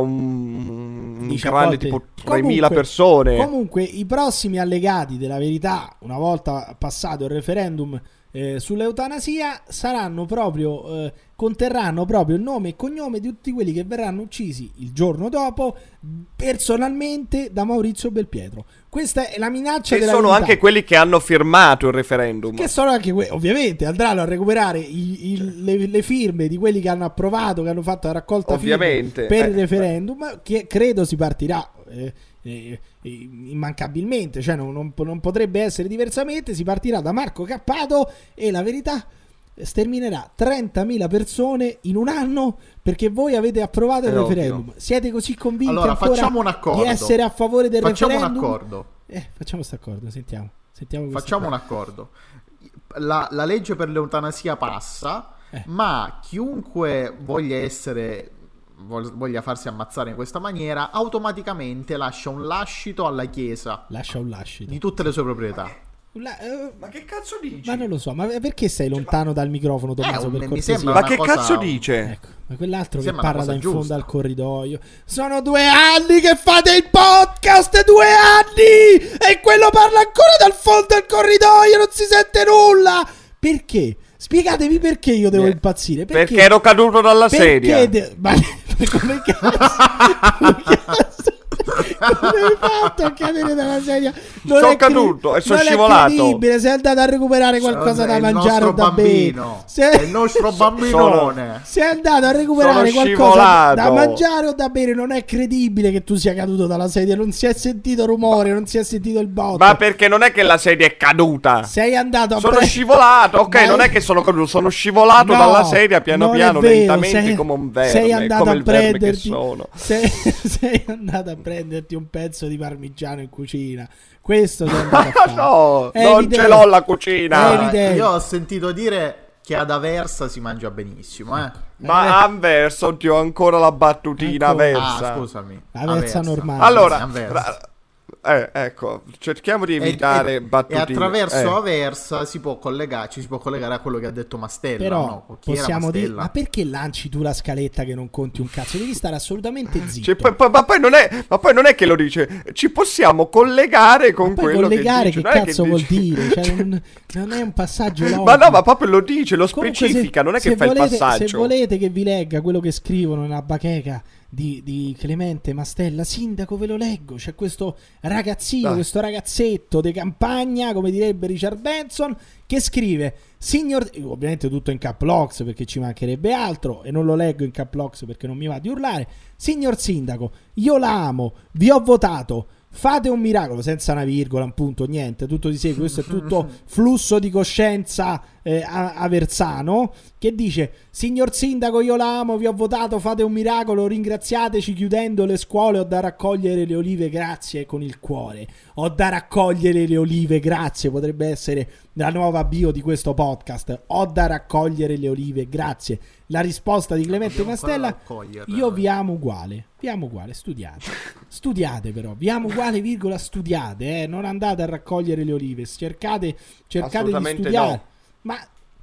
un, un Dice a grande volte- tipo Comunque- tremila persone. Comunque, i prossimi allegati della verità, una volta passato il referendum eh, sull'eutanasia, saranno proprio eh, conterranno proprio il nome e cognome di tutti quelli che verranno uccisi il giorno dopo personalmente da Maurizio Belpietro. Questa è la minaccia E della sono verità. anche quelli che hanno firmato il referendum. Che sono anche que- ovviamente andranno a recuperare i- i- le, le firme di quelli che hanno approvato, che hanno fatto la raccolta Ovviamente. firme per Eh, il referendum, che credo si partirà eh, eh, immancabilmente, cioè non, non- non potrebbe essere diversamente. Si partirà da Marco Cappato e la verità sterminerà trentamila persone in un anno perché voi avete approvato il È ovvio. referendum. Siete così convinti Allora, ancora facciamo un accordo. di essere a favore del Facciamo un referendum? accordo. Eh, facciamo questo accordo, sentiamo. sentiamo questo Facciamo un accordo. accordo. La, la legge per l'eutanasia passa, Eh. ma chiunque voglia essere vog- voglia farsi ammazzare in questa maniera, automaticamente lascia un lascito alla Chiesa Lascia un lascito. di tutte le sue proprietà. La- eh, Ma che cazzo dici? ma non lo so, ma perché sei lontano dal microfono, Tommaso? Eh, per mi cortesia? sembra Ma una che cosa- cazzo dice? Ecco, ma quell'altro Mi che sembra una parla da cosa in fondo giusta. al corridoio. Sono due anni che fate il podcast, due anni! E quello parla ancora dal fondo del corridoio, non si sente nulla! Perché? Spiegatevi perché io devo Eh, impazzire. Perché ero caduto dalla Perché sedia. de- ma come cazzo? Come cazzo? Come hai fatto a cadere dalla sedia? Non Sono è cre- caduto e sono non è scivolato. credibile, sei andato a recuperare qualcosa È da il mangiare o nostro da bere. bambino. Sei- È il nostro bambinone. sei andato a recuperare Sono qualcosa scivolato. da mangiare o da bere. Non è credibile che tu sia caduto dalla sedia. Non si è sentito rumore, non si è sentito il botto. Ma perché non è che la sedia è caduta. Sei andato a Sono pre- scivolato, ok, Ma- non è che sono caduto, sono scivolato No, dalla sedia piano non è piano, vero, lentamente sei- come un verme, sei andato come a il verme che prenderti sono. sei, sei andato a prenderti un pezzo di parmigiano in cucina. Questo sei andato a fare. No, È non evidente. ce l'ho la È cucina. evidente. Io ho sentito dire che ad Aversa si mangia benissimo, eh. Ma Anversa, oddio, ancora la battutina Ancora. Aversa. Ah, scusami. Aversa normale. Allora, Aversa. ra- eh, ecco, cerchiamo di E- evitare e, battutine. e attraverso Eh. Aversa si può collegare, ci si può collegare a quello che ha detto Mastella. Però no? Chi era possiamo dire, Mastella? ma perché lanci tu la scaletta che non conti un cazzo? Devi stare assolutamente zitto. Cioè, poi- poi- ma, poi non è, ma poi non è che lo dice, ci possiamo collegare con Poi quello collegare che che, dice. non è cazzo che vuol dice- dire? Cioè, non, non è un passaggio logico. Ma no, ma proprio lo dice, lo Comunque, se- specifica, non è che se fa volete, il passaggio. Se volete che vi legga quello che scrivono nella bacheca di, di Clemente Mastella, sindaco, ve lo leggo. C'è questo ragazzino, Dai. questo ragazzetto di campagna, come direbbe Richard Benson, che scrive: signor, ovviamente tutto in cap locks perché ci mancherebbe altro, e non lo leggo in cap locks perché non mi va di urlare. Signor sindaco, io la amo, vi ho votato. Fate un miracolo, senza una virgola, un punto, niente, tutto di sé. Questo è tutto flusso di coscienza eh, a- aversano, che dice: signor sindaco, io la amo, vi ho votato, fate un miracolo, ringraziateci chiudendo le scuole, ho da raccogliere le olive, grazie, con il cuore. Ho da raccogliere le olive, grazie, potrebbe essere la nuova bio di questo podcast. Ho da raccogliere le olive, grazie. La risposta di Clemente Dobbiamo ancora Mastella: raccoglierle. io vi amo uguale, vi amo uguale, studiate, studiate però, vi amo uguale, virgola, studiate, eh? Non andate a raccogliere le olive, cercate, cercate di Assolutamente studiare. no. Ma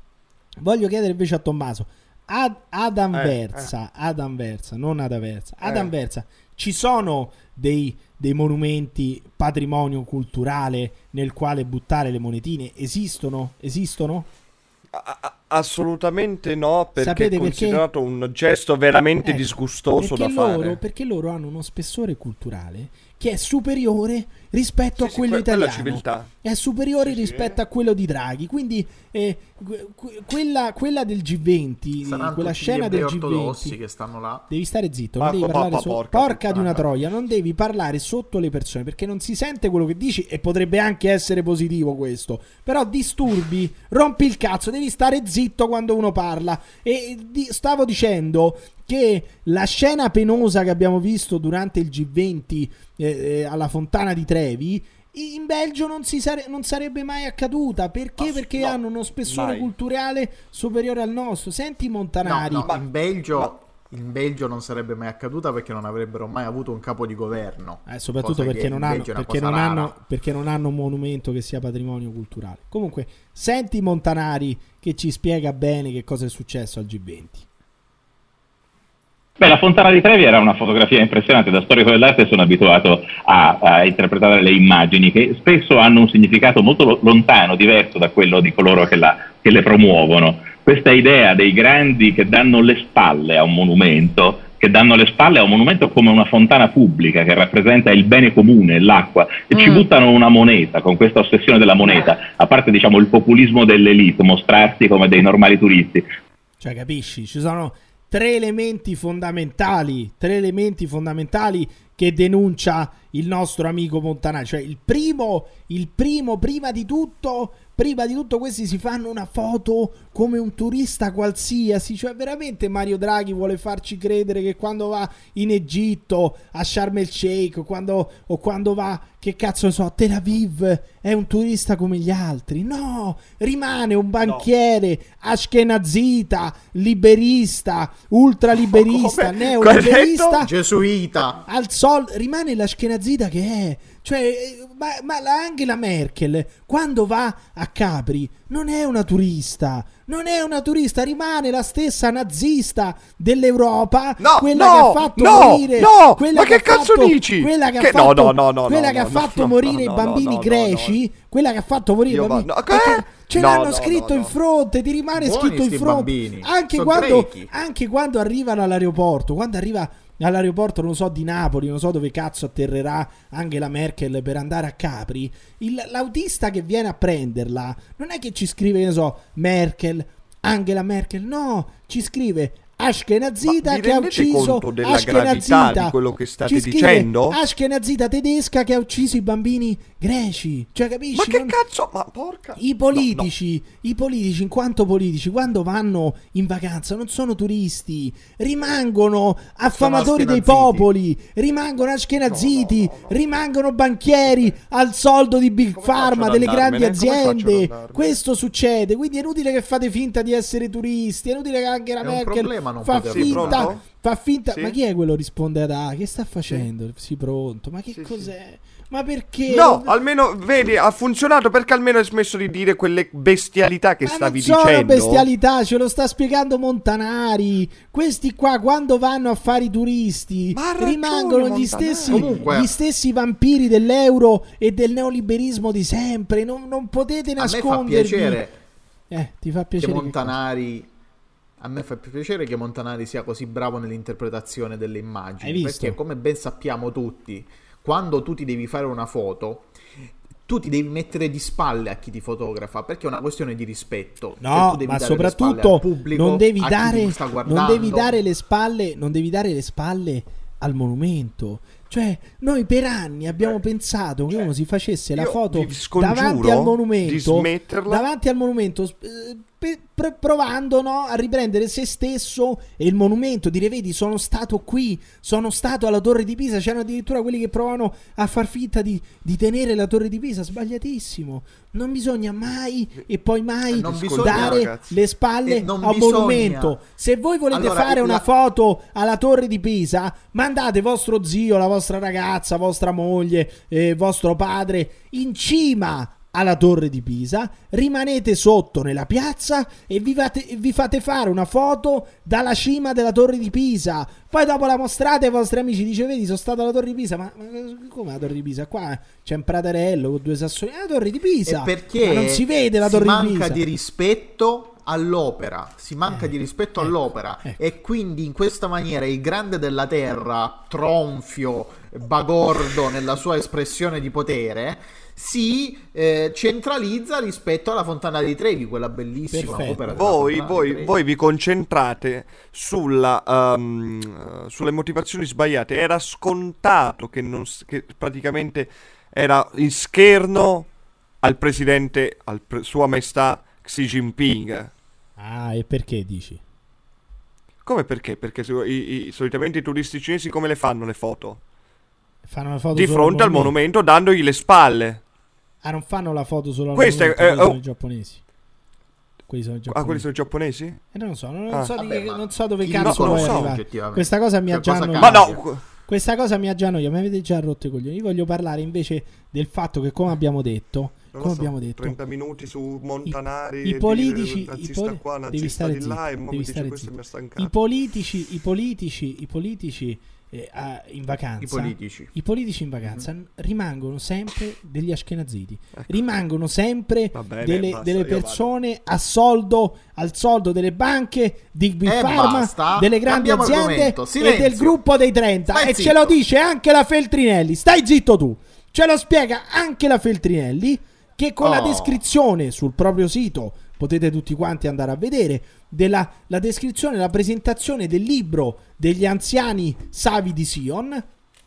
voglio chiedere invece a Tommaso, ad, ad Eh, Anversa, ad Anversa, non ad Aversa, ad Eh. Anversa, ci sono dei, dei monumenti patrimonio culturale nel quale buttare le monetine? Esistono? Esistono? Assolutamente no, perché Sapete è considerato perché? un gesto veramente Ecco, disgustoso da loro, fare. Perché loro hanno uno spessore culturale che è superiore rispetto Sì, a sì, quello que- quella italiano, civiltà. è superiore Sì, sì, rispetto eh. a quello di Draghi, quindi eh, que- que- quella, quella del G venti, Saranno quella tutti scena gli del ebrei G ortodossi venti, che stanno là. devi stare zitto, non Ma- devi ma- parlare ma- so- porca porca di una puttana. troia, non devi parlare sotto le persone perché non si sente quello che dici e potrebbe anche essere positivo questo, però disturbi, rompi il cazzo, devi stare zitto quando uno parla. E di- stavo dicendo che la scena penosa che abbiamo visto durante il G venti eh, eh, alla Fontana di Trevi in Belgio non, si sare- non sarebbe mai accaduta. Perché? Ma- Perché no, hanno uno spessore mai. culturale superiore al nostro. Senti i No, montanari. no, Ma- in Belgio ma- in Belgio non sarebbe mai accaduta perché non avrebbero mai avuto un capo di governo. Eh, soprattutto Cosa che perché non, in hanno, Belgio è una perché, cosa non rara. hanno, perché non hanno un monumento che sia patrimonio culturale. Comunque, senti i montanari che ci spiega bene che cosa è successo al G venti. Beh, la Fontana di Trevi era una fotografia impressionante. Da storico dell'arte sono abituato a, a interpretare le immagini che spesso hanno un significato molto lo- lontano, diverso da quello di coloro che, la, che le promuovono. Questa idea dei grandi che danno le spalle a un monumento, che danno le spalle a un monumento come una fontana pubblica che rappresenta il bene comune, l'acqua, e Mm. ci buttano una moneta con questa ossessione della moneta, a parte diciamo il populismo dell'elite, mostrarsi come dei normali turisti. Cioè, capisci? Ci sono tre elementi fondamentali, tre elementi fondamentali che denuncia il nostro amico Montanari. Cioè, il primo, il primo, prima di tutto, prima di tutto questi si fanno una foto come un turista qualsiasi. Cioè, veramente Mario Draghi vuole farci credere che quando va in Egitto, a Sharm el Sheikh, quando, o quando va, che cazzo ne so, a Tel Aviv, è un turista come gli altri. No, rimane un banchiere, ashkenazita, liberista, ultraliberista, Come? neoliberista, Gesuita. al sol rimane l'ashkenazita che è. Cioè, eh, ma, ma la Angela Merkel quando va a Capri non è una turista, non è una turista, rimane la stessa nazista dell'Europa, No, quella no, che ha fatto no, morire, no, quella ma che ha cazzo fatto- dici? Quella che, Che- ha no, fatto, no, no, no, quella no, che ha no, fatto no, morire no, i no, bambini no, no, greci, no. quella che ha fatto morire Io i bambini, va- no, perché che? ce No, l'hanno no, scritto no, in no. fronte, ti rimane Buoni scritto in sti fronte, bambini, anche so quando, grechi. anche quando arrivano all'aeroporto, quando arriva all'aeroporto, non so, di Napoli, non so dove cazzo atterrerà Angela Merkel per andare a Capri, il- l'autista che viene a prenderla non è che ci scrive, che ne so, Merkel, Angela Merkel, no, ci scrive Ashkenazita Ma vi che ha rendete ucciso conto della Ashkenazita, gravità di quello che state ci scrive dicendo? Ashkenazita tedesca che ha ucciso i bambini greci, cioè capisci? Ma che Non- cazzo? Ma porca... I politici, i politici in quanto politici, quando vanno in vacanza non sono turisti, rimangono affamatori dei ashkenaziti. popoli, rimangono ashkenaziti, No, no, no, no. rimangono banchieri al soldo di Big Come Pharma, faccio ad delle grandi andarmene? Come faccio ad aziende. andarmene? Questo succede, quindi è inutile che fate finta di essere turisti, è inutile che anche la È un Merkel problema non fa poterlo finta, fare. Pronto? fa finta, Sì? ma chi è quello risponde ad A? Che sta facendo? Sì, pronto, ma che Sì, cos'è? Ma perché? No, almeno, vedi, ha funzionato perché almeno hai smesso di dire quelle bestialità che Ma stavi non sono dicendo. bestialità, ce lo sta spiegando Montanari. Questi qua quando vanno a fare i turisti Ma ha ragione, rimangono gli Montanari. stessi, Comunque- gli stessi vampiri dell'euro e del neoliberismo di sempre. Non, non potete A me fa nascondervi. piacere Eh, ti fa che piacere che Montanari a me fa più piacere che Montanari sia così bravo nell'interpretazione delle immagini, Hai visto? perché come ben sappiamo tutti, quando tu ti devi fare una foto, tu ti devi mettere di spalle a chi ti fotografa, perché è una questione di rispetto. Cioè, No, tu devi ma dare le spalle soprattutto al pubblico, non devi a chi dare ti sta non guardando. devi dare le spalle, non devi dare le spalle al monumento. Cioè, noi per anni abbiamo Beh, pensato che cioè, uno si facesse la io foto vi scongiuro davanti al di monumento, smetterla. davanti al monumento, eh, pe- pre- provando, no, a riprendere se stesso e il monumento, dire vedi sono stato qui, sono stato alla Torre di Pisa. C'erano addirittura quelli che provavano a far finta di, di tenere la Torre di Pisa. Sbagliatissimo. Non bisogna mai e poi mai Eh, non bisogna, dare ragazzi. le spalle E non a un bisogna. monumento. Se voi volete Allora, fare una la- foto alla Torre di Pisa, mandate vostro zio, la vostra ragazza, vostra moglie, eh, vostro padre in cima, alla torre di Pisa, rimanete sotto nella piazza e vi fate, vi fate fare una foto dalla cima della torre di Pisa, poi dopo la mostrate ai vostri amici, dice vedi sono stato alla torre di Pisa, ma, ma come la torre di Pisa? Qua c'è un praterello con due sassoni, la torre di Pisa, e perché ma non si vede la torre si di Pisa, manca di rispetto all'opera, si manca eh, di rispetto ecco, all'opera ecco. E quindi in questa maniera il grande della terra, tronfio, bagordo nella sua espressione di potere, si eh, centralizza rispetto alla Fontana di Trevi, quella bellissima Perfetto. opera della Voi, Fontana di voi, Trevi. voi vi concentrate sulla, um, sulle motivazioni sbagliate. Era scontato che, non, s- che praticamente era in scherno al presidente, al pre- sua maestà Xi Jinping. Ah, e perché dici? Come perché? Perché se- i, i- solitamente i turisti cinesi come le fanno le foto? Fanno una foto Di solo fronte al monumento dandogli le spalle. Ah, non fanno la foto solo al Questa è- monumento, eh, quelli sono oh. i giapponesi. Quelli sono i Ah, giapponesi. quelli sono i giapponesi? Eh, non lo so, non, Ah. so, di Vabbè, che- ma non so dove chi cazzo li vuoi conosce arrivare. oggettivamente? Questa cosa mi ha Che già cosa annoiato. Ma cambia? no, Questa cosa mi ha già annoiato, mi avete già rotto i coglioni. Io voglio parlare invece del fatto che, come abbiamo detto, non lo come so, abbiamo detto, trenta minuti su Montanari i e dire politici, i nazista poli- qua, devi nazista stare di zitto, là, e mo mi devi dice stare questo zitto. mi ha stancato. I politici, i politici, i politici eh, ah, in vacanza, I politici. i politici in vacanza Mhm. rimangono sempre degli ashkenaziti, rimangono sempre Va bene, delle, basta, delle io vado. persone a soldo, al soldo delle banche, di Big E Pharma, basta, delle grandi cambiamo aziende argomento, e silenzio. del gruppo dei trenta. Stai E ce zitto. lo dice anche la Feltrinelli. Stai zitto tu. Ce lo spiega anche la Feltrinelli, che con la Oh. descrizione sul proprio sito, potete tutti quanti andare a vedere, della la descrizione, la presentazione del libro degli anziani savi di Sion,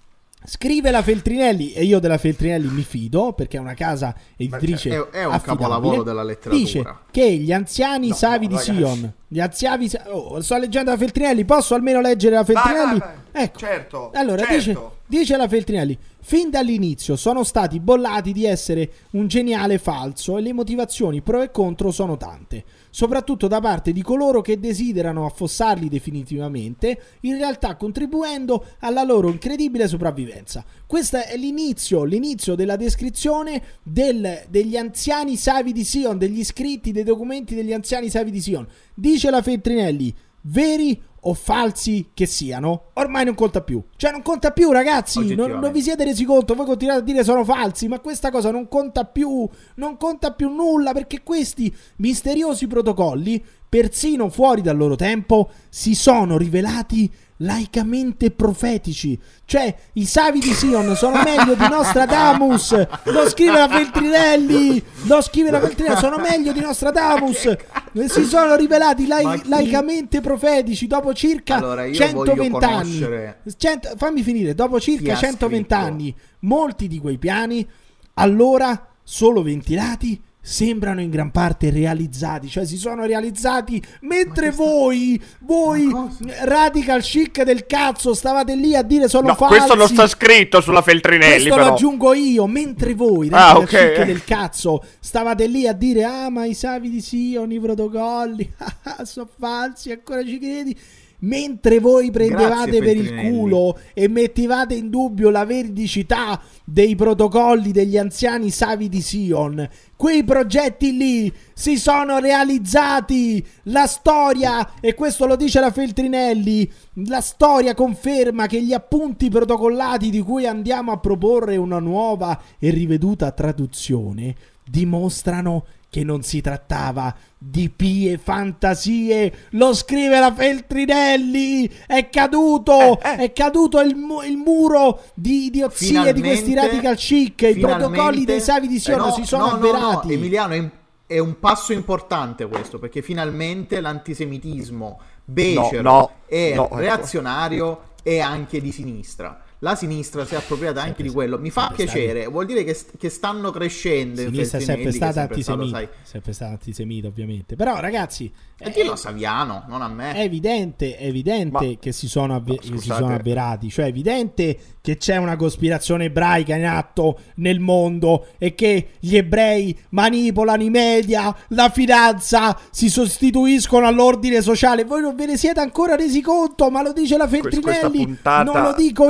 scrive la Feltrinelli, e io della Feltrinelli mi fido perché è una casa editrice È- è un affidabile, capolavoro della letteratura. dice che gli anziani No, savi no, di ragazzi. Sion, gli anziani sa- oh, sto leggendo la Feltrinelli, posso almeno leggere la Feltrinelli? vai, vai. Ecco. Certo, Allora certo. dice Dice la Feltrinelli: fin dall'inizio sono stati bollati di essere un geniale falso e le motivazioni pro e contro sono tante, soprattutto da parte di coloro che desiderano affossarli definitivamente, in realtà contribuendo alla loro incredibile sopravvivenza. Questo è l'inizio, l'inizio della descrizione del, degli anziani savi di Sion, degli scritti, dei documenti degli anziani savi di Sion. Dice la Feltrinelli: veri o falsi che siano, ormai non conta più. Cioè non conta più, ragazzi, non, non vi siete resi conto, voi continuate a dire sono falsi, ma questa cosa non conta più, non conta più nulla, perché questi misteriosi protocolli, persino fuori dal loro tempo, si sono rivelati laicamente profetici. Cioè i savi di Sion sono meglio di Nostradamus, lo scrive la Feltrinelli, lo scrive la Feltrinelli, sono meglio di Nostradamus, si sono rivelati lai- chi... laicamente profetici dopo circa allora, io centoventi anni. conoscere... Cento, fammi finire, dopo circa ha centoventi scritto. anni, molti di quei piani, allora solo ventilati, sembrano in gran parte realizzati, cioè si sono realizzati mentre questa... voi, voi radical chic del cazzo, stavate lì a dire sono No, falsi. questo non sta scritto sulla Feltrinelli, Questo però. lo aggiungo io, mentre voi Ah, radical ok. chic del cazzo stavate lì a dire ah ma i savi di Sion, i protocolli sono falsi, ancora ci credi? Mentre voi prendevate Grazie, per il Feltrinelli. culo e mettevate in dubbio la veridicità dei protocolli degli anziani savi di Sion, quei progetti lì si sono realizzati. La storia, e questo lo dice la Feltrinelli, la storia conferma che gli appunti protocollati di cui andiamo a proporre una nuova e riveduta traduzione dimostrano che non si trattava di pie fantasie. Lo scrive la Feltrinelli. È caduto, Eh, eh. è caduto il, mu- il muro di idiozie di questi radical chic. I protocolli dei savi di Sion eh no, si sono no, no, avverati. no, Emiliano, è, è un passo importante questo, perché finalmente l'antisemitismo becero No, no, e no, ecco. reazionario è anche di sinistra. La sinistra si è appropriata anche Sempre di quello. Mi fa sempre piacere, stati- vuol dire che, che stanno crescendo. in Sinistra è sempre Feltrinelli, che stata è sempre stato, antisemita, sai, sempre stata antisemita ovviamente. Però ragazzi, E è, dillo a Saviano, non a me. è evidente, è evidente Ma- che si sono, avve- no, che si scusate. sono avverati. Cioè è evidente che c'è una cospirazione ebraica in atto nel mondo e che gli ebrei manipolano i media, la finanza, si sostituiscono all'ordine sociale. Voi non ve ne siete ancora resi conto, ma lo dice la questa Feltrinelli, puntata- non lo dico io.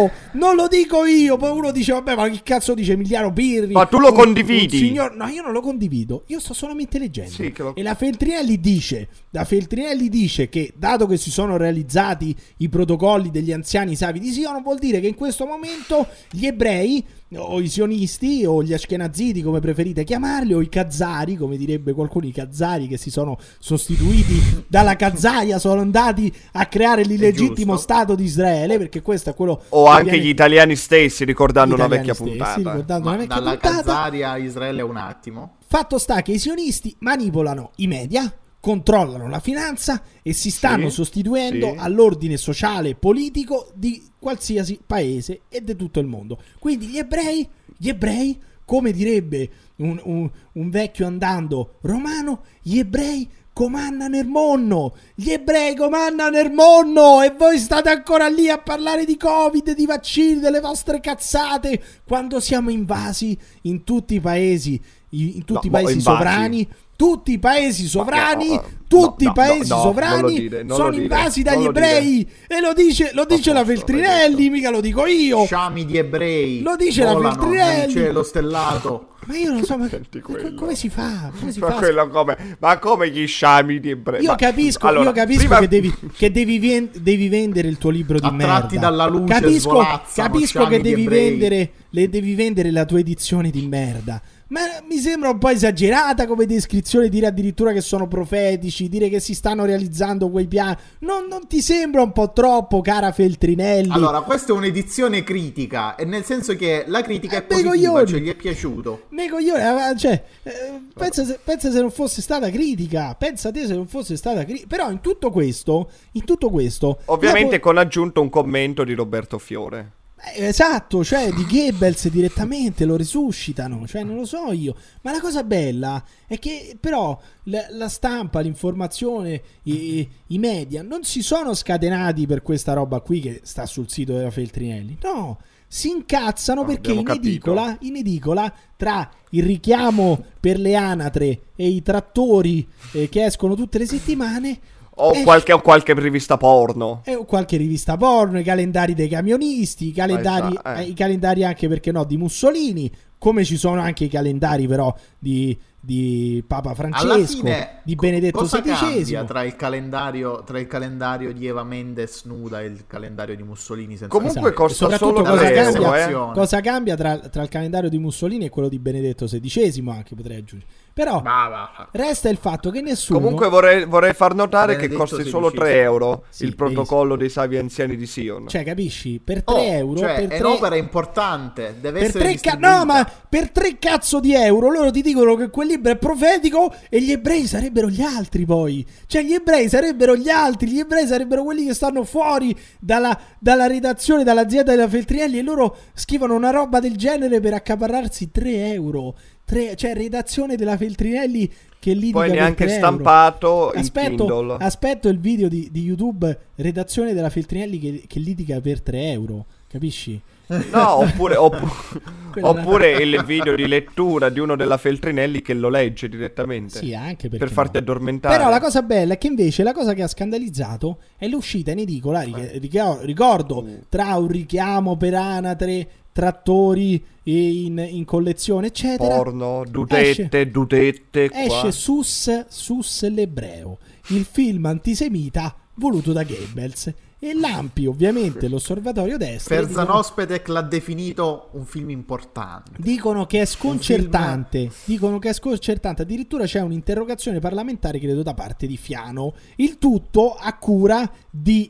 io, non lo dico io. Poi uno dice vabbè, ma che cazzo dice Emiliano Pirri? Ma tu lo un, condividi? Un signor... No, io non lo condivido, io sto solamente leggendo. Sì, lo... E la Feltrinelli dice, la Feltrinelli dice che dato che si sono realizzati i protocolli degli anziani savi di Sion, vuol dire che in questo momento gli ebrei o i sionisti o gli ashkenaziti, come preferite chiamarli, o i Khazari, come direbbe qualcuno, i Khazari che si sono sostituiti dalla Khazaria, sono andati a creare l'illegittimo Stato di Israele, perché questo è quello. O anche viene... gli italiani stessi, ricordando una vecchia stessi, puntata. Ricordando Ma una vecchia dalla puntata. Khazaria a Israele un attimo. Fatto sta che i sionisti manipolano i media, controllano la finanza e si stanno sì, sostituendo sì. all'ordine sociale e politico di qualsiasi paese e di tutto il mondo. Quindi gli ebrei, gli ebrei, come direbbe un, un, un vecchio andando romano, gli ebrei comandano il mondo, gli ebrei comandano il mondo, e voi state ancora lì a parlare di Covid, di vaccini, delle vostre cazzate, quando siamo invasi in tutti i paesi, in tutti no, i paesi invasi. sovrani. Tutti i paesi sovrani, no, tutti no, i paesi no, no, sovrani non lo dire, non sono lo dire, invasi non dagli lo ebrei, dire. e lo dice, lo dice la posso, Feltrinelli, mica lo dico io. Sciami di ebrei Lo dice la volano Feltrinelli. nel cielo stellato. Ma io non so, ma Senti co- quello. come si fa? Come si Ma, fa? quello come, ma come gli sciami di ebrei? Io Ma- capisco, allora, io capisco prima- che devi che devi, ven- devi vendere il tuo libro di Attratti merda. dalla luce capisco svolazzano capisco sciami che di devi ebrei. vendere le devi vendere la tua edizione di merda. Ma mi sembra un po' esagerata come descrizione, dire addirittura che sono profetici, dire che si stanno realizzando quei piani. Non, non ti sembra un po' troppo, cara Feltrinelli? Allora, questa è un'edizione critica, e nel senso che la critica Eh, è positiva, coglioni. cioè gli è piaciuto. Me coglione, cioè, eh, pensa, se, pensa se non fosse stata critica, pensa te se non fosse stata critica. Però in tutto questo, in tutto questo, Ovviamente la- con aggiunto un commento di Roberto Fiore. Eh, esatto, cioè di Goebbels direttamente lo risuscitano, cioè non lo so io, ma la cosa bella è che però la, la stampa, l'informazione, i, i media non si sono scatenati per questa roba qui che sta sul sito della Feltrinelli, no, si incazzano Ah, perché in abbiamo capito. edicola, in edicola tra il richiamo per le anatre e i trattori eh, che escono tutte le settimane, O esce- qualche, o qualche rivista porno. e qualche rivista porno, i calendari dei camionisti, i calendari, Ah, eh. eh, i calendari anche, perché no, di Mussolini, come ci sono anche i calendari però di, di Papa Alla Francesco, fine, di co- Benedetto cosa cambia sedicesimo. tra il calendario tra il calendario di Eva Mendes nuda e il calendario di Mussolini senza Comunque Esatto. costa Soprattutto solo cosa tre cambia, euro, eh. cosa cambia tra, tra il calendario di Mussolini e quello di Benedetto sedicesimo, anche potrei aggiungere. Però Va, va. resta il fatto che nessuno... Comunque vorrei, vorrei far notare che Benedetto costi solo sedicesimo. tre euro Sì, il protocollo dei savi anziani di Sion. Cioè, capisci? Per tre Oh, euro... cioè, per è tre... un'opera importante, deve Per essere tre, ca- distribuita. no, ma per tre cazzo di euro loro ti dicono che quel libro è profetico e gli ebrei sarebbero gli altri poi. Cioè gli ebrei sarebbero gli altri, gli ebrei sarebbero quelli che stanno fuori dalla, dalla redazione, dall'azienda della Feltrinelli, e loro scrivono una roba del genere per accaparrarsi tre euro. Tre, cioè redazione della Feltrinelli che litiga Poi per neanche tre stampato euro. in Aspetto, Kindle. aspetto il video di, di YouTube, redazione della Feltrinelli che, che litiga per tre euro, capisci? No, oppure, oppu- Quella oppure il video di lettura di uno della Feltrinelli che lo legge direttamente. Sì, anche perché per farti no. addormentare. Però la cosa bella è che invece la cosa che ha scandalizzato è l'uscita in edicola, ri- ri- ricordo, tra un richiamo per anatre, trattori e in, in collezione, eccetera. Porno, dudette, dudette. Qua. Esce Sus, Sus l'ebreo, il film antisemita voluto da Goebbels. E l'Ampi, ovviamente, l'osservatorio destro, Ferzan dicono, Ospedek l'ha definito un film importante. dicono che è sconcertante. Dicono che è sconcertante. Addirittura c'è un'interrogazione parlamentare, credo, da parte di Fiano. Il tutto a cura di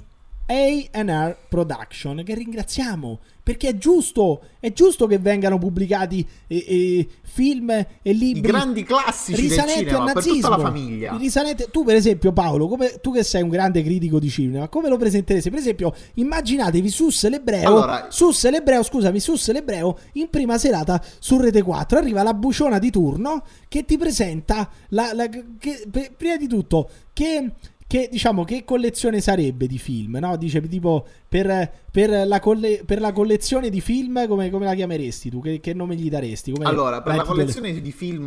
A and R Production, che ringraziamo, perché è giusto, è giusto che vengano pubblicati eh, eh, film e libri, I grandi classici del risalenti cinema al per nazismo, tutta la famiglia. risalenti- tu per esempio Paolo, come, tu che sei un grande critico di cinema, come lo presenteresti? Per esempio immaginatevi Sus l'ebreo, Allora- Sus l'ebreo, scusami, Sus l'ebreo in prima serata su Rete quattro, arriva la buciona di turno che ti presenta la, la- che, per- prima di tutto che che diciamo che collezione sarebbe di film, no? Dice tipo per, per, la, colle, per la collezione di film come, come la chiameresti tu? Che, che nome gli daresti? Come Allora, per la la intitoli- collezione di film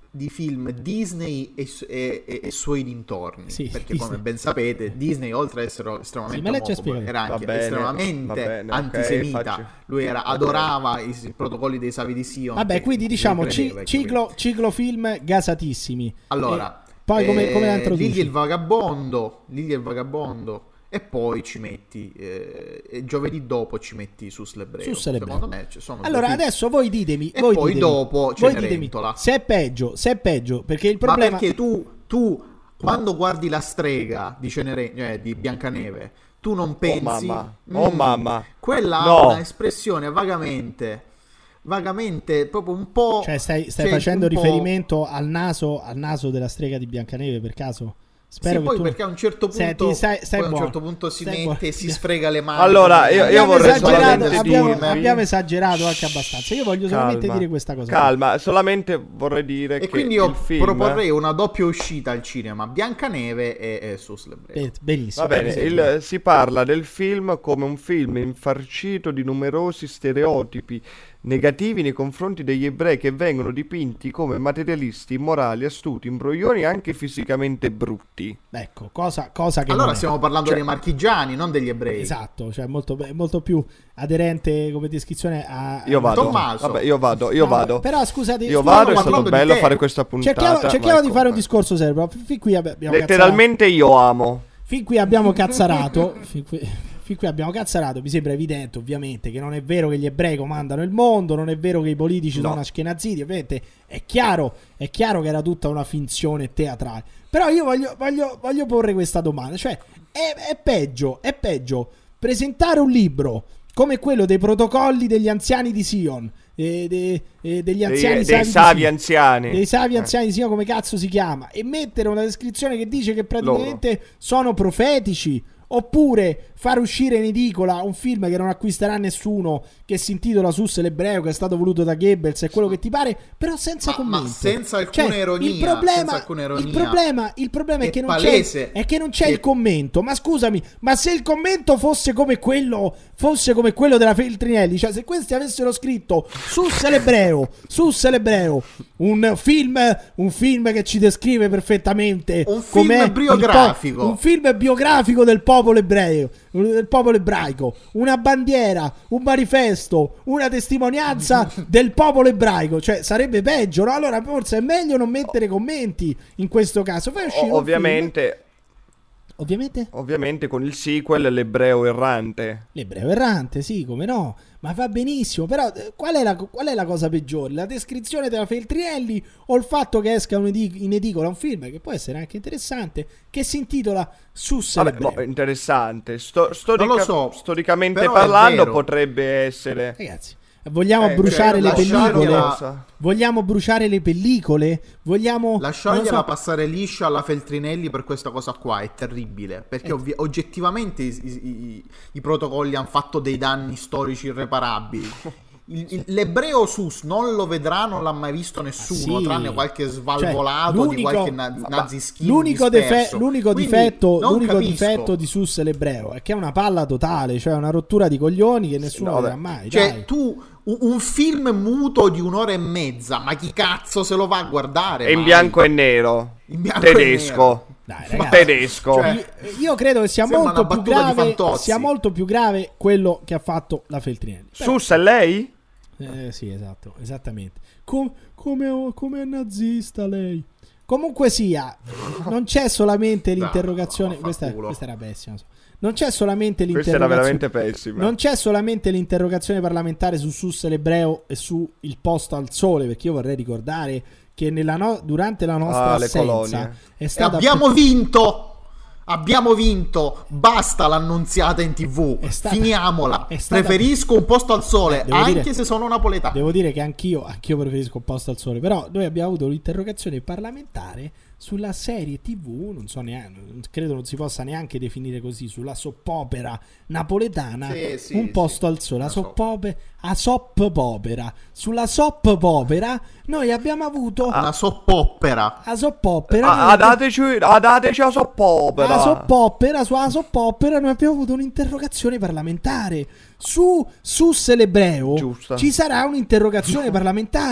di film Disney e, e, e, e suoi dintorni, Sì, perché Disney. come ben sapete Disney, oltre ad essere estremamente Sì, me l'hai già omofobo, spiegato. era anche Va bene, estremamente va bene, ok, antisemita. faccio- Lui era, adorava i, i protocolli dei Savi di Sion. Vabbè, che quindi lui diciamo credeva, ci- hai ciclo, capito? ciclo film gasatissimi. Allora, E poi come, eh, come la introduci? Lily e il vagabondo, Lily e il vagabondo, e poi ci metti eh, e giovedì dopo ci metti Sus l'ebreo. Sus l'ebreo. Secondo me ci sono due Allora, film. adesso voi ditemi, E voi poi ditemi, dopo voi Cenerentola. ditemi se è peggio, se è peggio, perché il Ma problema perché tu, tu quando guardi la strega di, Cenere- eh, di Biancaneve, tu non pensi... mamma, oh "Mm, mamma." Quella No. ha una espressione vagamente, vagamente, proprio un po'... cioè stai, stai cioè, facendo un po'- riferimento al naso, al naso della strega di Biancaneve per caso? Spero sì, che poi tu... perché a un certo punto, Senti, stai- stai poi a un buono, certo punto si stai mette buono. e si sfrega le mani. Allora, io- io abbiamo, vorrei esagerato, solamente abbiamo, dirvi- abbiamo esagerato anche abbastanza. Io voglio solamente Calma, dire questa cosa. Calma, solamente vorrei dire E che quindi io il film... proporrei una doppia uscita al cinema, Biancaneve e, e Sus l'ebreo. Be- benissimo. Va bene, benissimo. il- si parla del film come un film infarcito di numerosi stereotipi negativi nei confronti degli ebrei, che vengono dipinti come materialisti, immorali, astuti, imbroglioni e anche fisicamente brutti. Ecco, cosa, cosa che Allora non è. stiamo parlando Cioè- dei marchigiani, non degli ebrei. Esatto, cioè molto, be- molto più aderente come descrizione a... Io vado, Tommaso. vabbè, io vado, io No, vado. Però scusate, Io scusa, vado, è ma stato parlando di bello te. fare questa puntata. cerchiamo, cerchiamo vai, di fare un compa. discorso serio, però fin qui abbiamo cazzarato. Letteralmente io amo. Fin qui abbiamo cazzarato. fin, qui, fin qui abbiamo cazzarato. Mi sembra evidente, ovviamente, che non è vero che gli ebrei comandano il mondo. Non è vero che i politici No. sono ashkenaziti. Ovviamente è chiaro, è chiaro che era tutta una finzione teatrale. Però io voglio, voglio, voglio porre questa domanda: cioè, è, è peggio, è peggio presentare un libro come quello dei protocolli degli anziani di Sion, eh, de- eh, degli anziani Dei, dei di savi Sion, anziani. dei savi Eh. anziani di Sion, come cazzo si chiama, e mettere una descrizione che dice che praticamente sono profetici, oppure far uscire in edicola un film che non acquisterà nessuno, che si intitola Sus l'ebreo, che è stato voluto da Goebbels e quello che ti pare, però senza Ma- commento, ma senza alcuna Cioè, ironia, il problema, senza alcuna ironia. il problema, il problema è, È che non palese. c'è, è che non c'è È- il commento. Ma scusami, ma se il commento fosse come quello, fosse come quello della Feltrinelli, cioè se questi avessero scritto Sus l'ebreo, Sus l'ebreo, un film, un film che ci descrive perfettamente Un film com'è il po- biografico. un film biografico del popolo ebreo, del popolo ebraico, una bandiera, un manifesto, una testimonianza del popolo ebraico, cioè sarebbe peggio, no? Allora forse è meglio non mettere commenti in questo caso. Fai uscire un O- ovviamente, film- ovviamente ovviamente con il sequel l'ebreo errante. l'ebreo errante, sì, come no, ma va benissimo. Però eh, qual è la, qual è la cosa peggiore? La descrizione della Feltrinelli o il fatto che esca un edi- in edicola un film che può essere anche interessante, che si intitola Sus Vabbè, l'ebreo? boh, interessante. Sto- storica- Non lo so, storicamente però è parlando vero. potrebbe essere... Ragazzi, vogliamo Eh, bruciare cioè, le lasciargliela- pellicole? cosa. Vogliamo bruciare le pellicole? Vogliamo Lasciargliela non so- passare liscia alla Feltrinelli per questa cosa qua è terribile, perché ovvi- oggettivamente i, i- i- i protocolli hanno fatto dei danni storici irreparabili. Il- il- l'ebreo Sus non lo vedrà, non l'ha mai visto nessuno, sì. tranne qualche Cioè, svalvolato di l'unico- qualche na- nazischino L'unico, defe- disperso. l'unico Quindi difetto, non l'unico capisco. difetto di Sus l'ebreo è che è una palla totale, cioè una rottura di coglioni che nessuno no, vedrà beh. mai. Cioè, dai. tu un, un film muto di un'ora e mezza, ma chi cazzo se lo va a guardare? È in mai? bianco e nero. In bianco e Tedesco. Dai, Ma- ragazzi. Tedesco. Cioè, Io- Io credo che sia Sembra molto una più battuta di grave, Fantozzi. sia molto più grave quello che ha fatto la Feltrinelli. Però- Sus è lei? Eh, sì, esatto, esattamente. Com- come, come è nazista lei. Comunque sia, non c'è solamente l'interrogazione. no, fa questa, culo. questa era pessima. so. Non c'è solamente Questa era l'interrogazione. veramente pessima. Non c'è solamente l'interrogazione parlamentare su Sus l'ebreo e su il posto al sole, perché io vorrei ricordare che nella no- durante la nostra Ah, le assenza colonie. è E stata abbiamo vinto! Abbiamo vinto! Basta l'annunziata in tv! È stata- Finiamola! è stata- Preferisco un posto al sole, Eh, devo anche dire- se sono napoletano. Devo dire che anch'io, anch'io preferisco un posto al sole, però noi abbiamo avuto un'interrogazione parlamentare sulla serie tivù, non so neanche, credo non si possa neanche definire così, sulla soppopera napoletana, Sì, sì, un posto sì, al sole, la la soap. soppopera, a soppopera. Sulla soppopera noi abbiamo avuto Una soppopera. a soppopera. Ah, noi- ah, dateci, ah, dateci la soppopera. la soppopera, sulla soppopera noi abbiamo avuto un'interrogazione parlamentare su Sus l'ebreo. Giusta. Ci sarà un'interrogazione parlamentare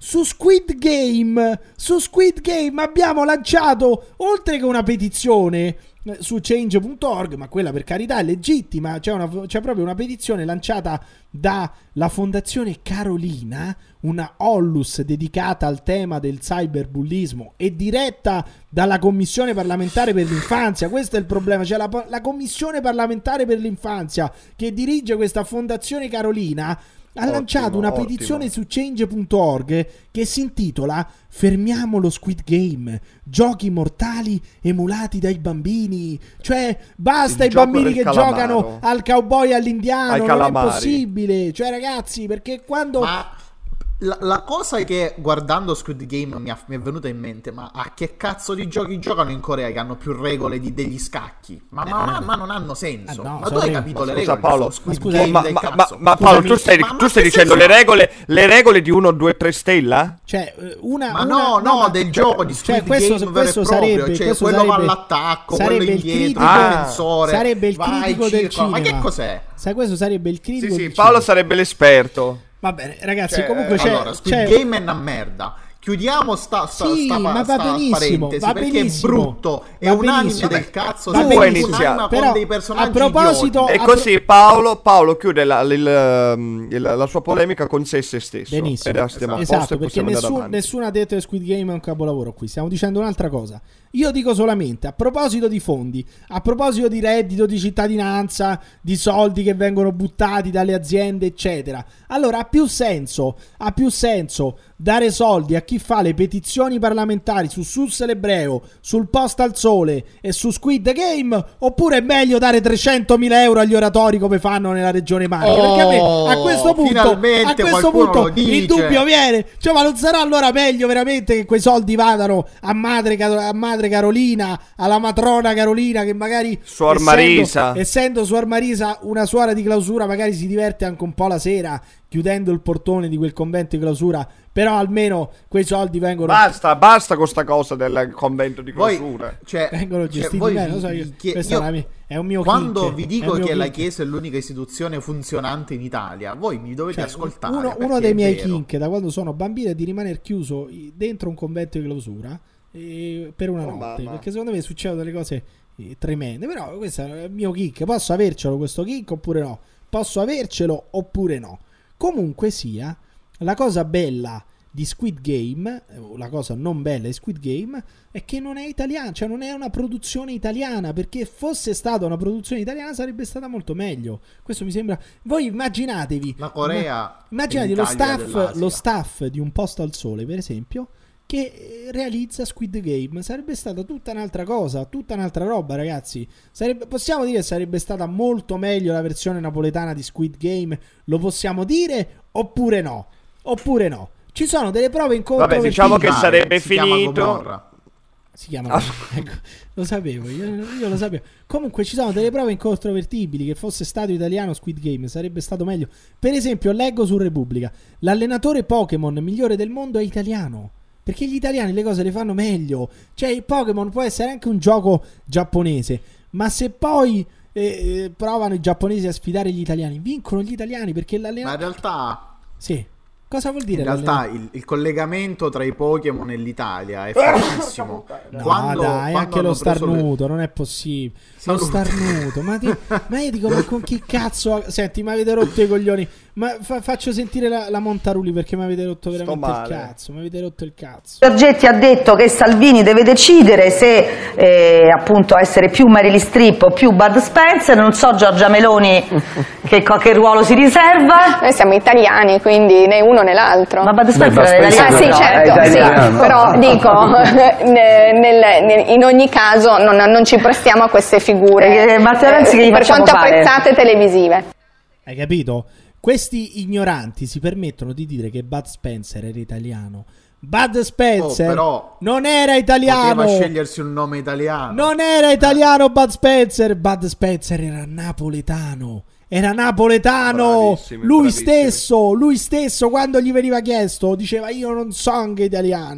su Squid Game, su Squid Game abbiamo lanciato, oltre che una petizione su change punto org, ma quella per carità è legittima, c'è, una, c'è proprio una petizione lanciata dalla Fondazione Carolina, una Ollus dedicata al tema del cyberbullismo e diretta dalla Commissione parlamentare per l'infanzia. Questo è il problema, c'è la, la Commissione parlamentare per l'infanzia che dirige questa Fondazione Carolina. Ha ottimo, lanciato una ottimo. petizione su change punto org che si intitola "Fermiamo lo Squid Game, giochi mortali emulati dai bambini". Cioè basta il i bambini che calamaro. giocano al cowboy e all'indiano, non è possibile. Cioè ragazzi, perché quando... Ma... La, la cosa è che guardando Squid Game mi, ha, mi è venuta in mente, ma a che cazzo di giochi giocano in Corea che hanno più regole di, degli scacchi? Ma, ma, ma, ma non hanno senso. Eh no, ma tu hai capito le regole? Paolo, Squid scusa, Game ma, del ma, cazzo. ma, ma Paolo, tu stai, ma, tu stai dicendo le regole, le regole di uno, due, tre stella? Cioè, una, ma una, no, no, no, del gioco di Squid cioè, questo, Game questo vero sarebbe, proprio, cioè quello sarebbe, va all'attacco, quello indietro, ah, il difensore, sarebbe il critico del cinema. Ma che cos'è? Sai, questo sarebbe il critico. Sì, sì, Paolo cinema. sarebbe l'esperto. Va bene, ragazzi, cioè, comunque c'è... Allora, Squid c'è... Game è una merda. Chiudiamo sta, sta, sì, sta, ma va sta benissimo, parentesi va perché benissimo, è brutto, è va un anime benissimo. del cazzo, va tu inizia con dei personaggi a proposito, idioti. E così Paolo, Paolo chiude la, la, la, la sua polemica con sé e se stesso. Benissimo, esatto, esatto perché nessun, nessuno ha detto che Squid Game è un capolavoro qui, stiamo dicendo un'altra cosa. Io dico solamente, a proposito di fondi, a proposito di reddito di cittadinanza, di soldi che vengono buttati dalle aziende, eccetera. Allora ha più senso, ha più senso dare soldi a chi fa le petizioni parlamentari su Sus l'Ebreo, sul Post al Sole e su Squid Game, oppure è meglio dare trecentomila euro agli oratori come fanno nella regione Marche? Oh, perché a, me, a questo punto, a questo punto il dubbio viene, cioè ma non sarà allora meglio veramente che quei soldi vadano a madre, a madre Carolina, alla matrona Carolina, che magari Suor Marisa, essendo Suor Marisa una suora di clausura, magari si diverte anche un po' la sera chiudendo il portone di quel convento di clausura, però almeno quei soldi vengono... Basta, basta con sta cosa del convento di clausura. Voi, cioè, vengono gestiti cioè, bene, lo so io, io, io, è, mia, è un mio quando kink, vi dico che kink. la Chiesa è l'unica istituzione funzionante in Italia, voi mi dovete cioè, ascoltare. Uno, uno dei miei kink da quando sono bambino è di rimanere chiuso dentro un convento di clausura eh, per una oh, notte, mamma. perché secondo me succedono delle cose eh, tremende, però questo è il mio kink. Posso avercelo questo kink oppure no? Posso avercelo oppure no? Comunque sia, la cosa bella di Squid Game, la cosa non bella di Squid Game, è che non è italiana, cioè non è una produzione italiana, perché fosse stata una produzione italiana sarebbe stata molto meglio. Questo mi sembra... Voi immaginatevi... La Corea... Immaginatevi lo staff, lo staff di Un Posto al Sole, per esempio, che realizza Squid Game. Sarebbe stata tutta un'altra cosa, tutta un'altra roba, ragazzi. Sarebbe, possiamo dire che sarebbe stata molto meglio la versione napoletana di Squid Game? Lo possiamo dire oppure no? Oppure no? Ci sono delle prove incontrovertibili. Vabbè, diciamo che sarebbe si finito. Si chiama ah. Ecco, lo sapevo, io, io lo sapevo. Comunque ci sono delle prove incontrovertibili che fosse stato italiano Squid Game sarebbe stato meglio. Per esempio, leggo su Repubblica: l'allenatore Pokémon migliore del mondo è italiano. Perché gli italiani le cose le fanno meglio. Cioè il Pokémon può essere anche un gioco giapponese, ma se poi eh, provano i giapponesi a sfidare gli italiani, vincono gli italiani, perché l'allenatore... Ma in realtà... Sì. Cosa vuol dire? In realtà il, il collegamento tra i Pokémon e l'Italia è fortissimo. No, quando, dai, quando anche lo starnuto, le... non è possibile. Lo starnuto, ma, ti, ma io dico, ma con chi cazzo... Senti, mi avete rotto i coglioni. Ma fa, faccio sentire la, la Montaruli, perché mi avete rotto veramente il cazzo. Mi avete rotto il cazzo. Giorgetti ha detto che Salvini deve decidere se eh, appunto essere più Meryl Streep o più Bud Spencer. Non so Giorgia Meloni che, che ruolo si riserva. Noi siamo italiani, quindi né uno né l'altro. Ma Bud Spencer è italiano. Ah, sì, certo, sì, però dico, nel, nel, in ogni caso non, non ci prestiamo a queste figure eh, Matteo Renzi, che gli per quanto fare? apprezzate televisive. Hai capito? Questi ignoranti si permettono di dire che Bud Spencer era italiano. Bud Spencer oh, però non era italiano. Poteva scegliersi un nome italiano. Non era italiano Bud Spencer. Bud Spencer era napoletano. Era napoletano. Bravissimi, lui bravissimi. stesso, lui stesso quando gli veniva chiesto diceva io non so anche italiano.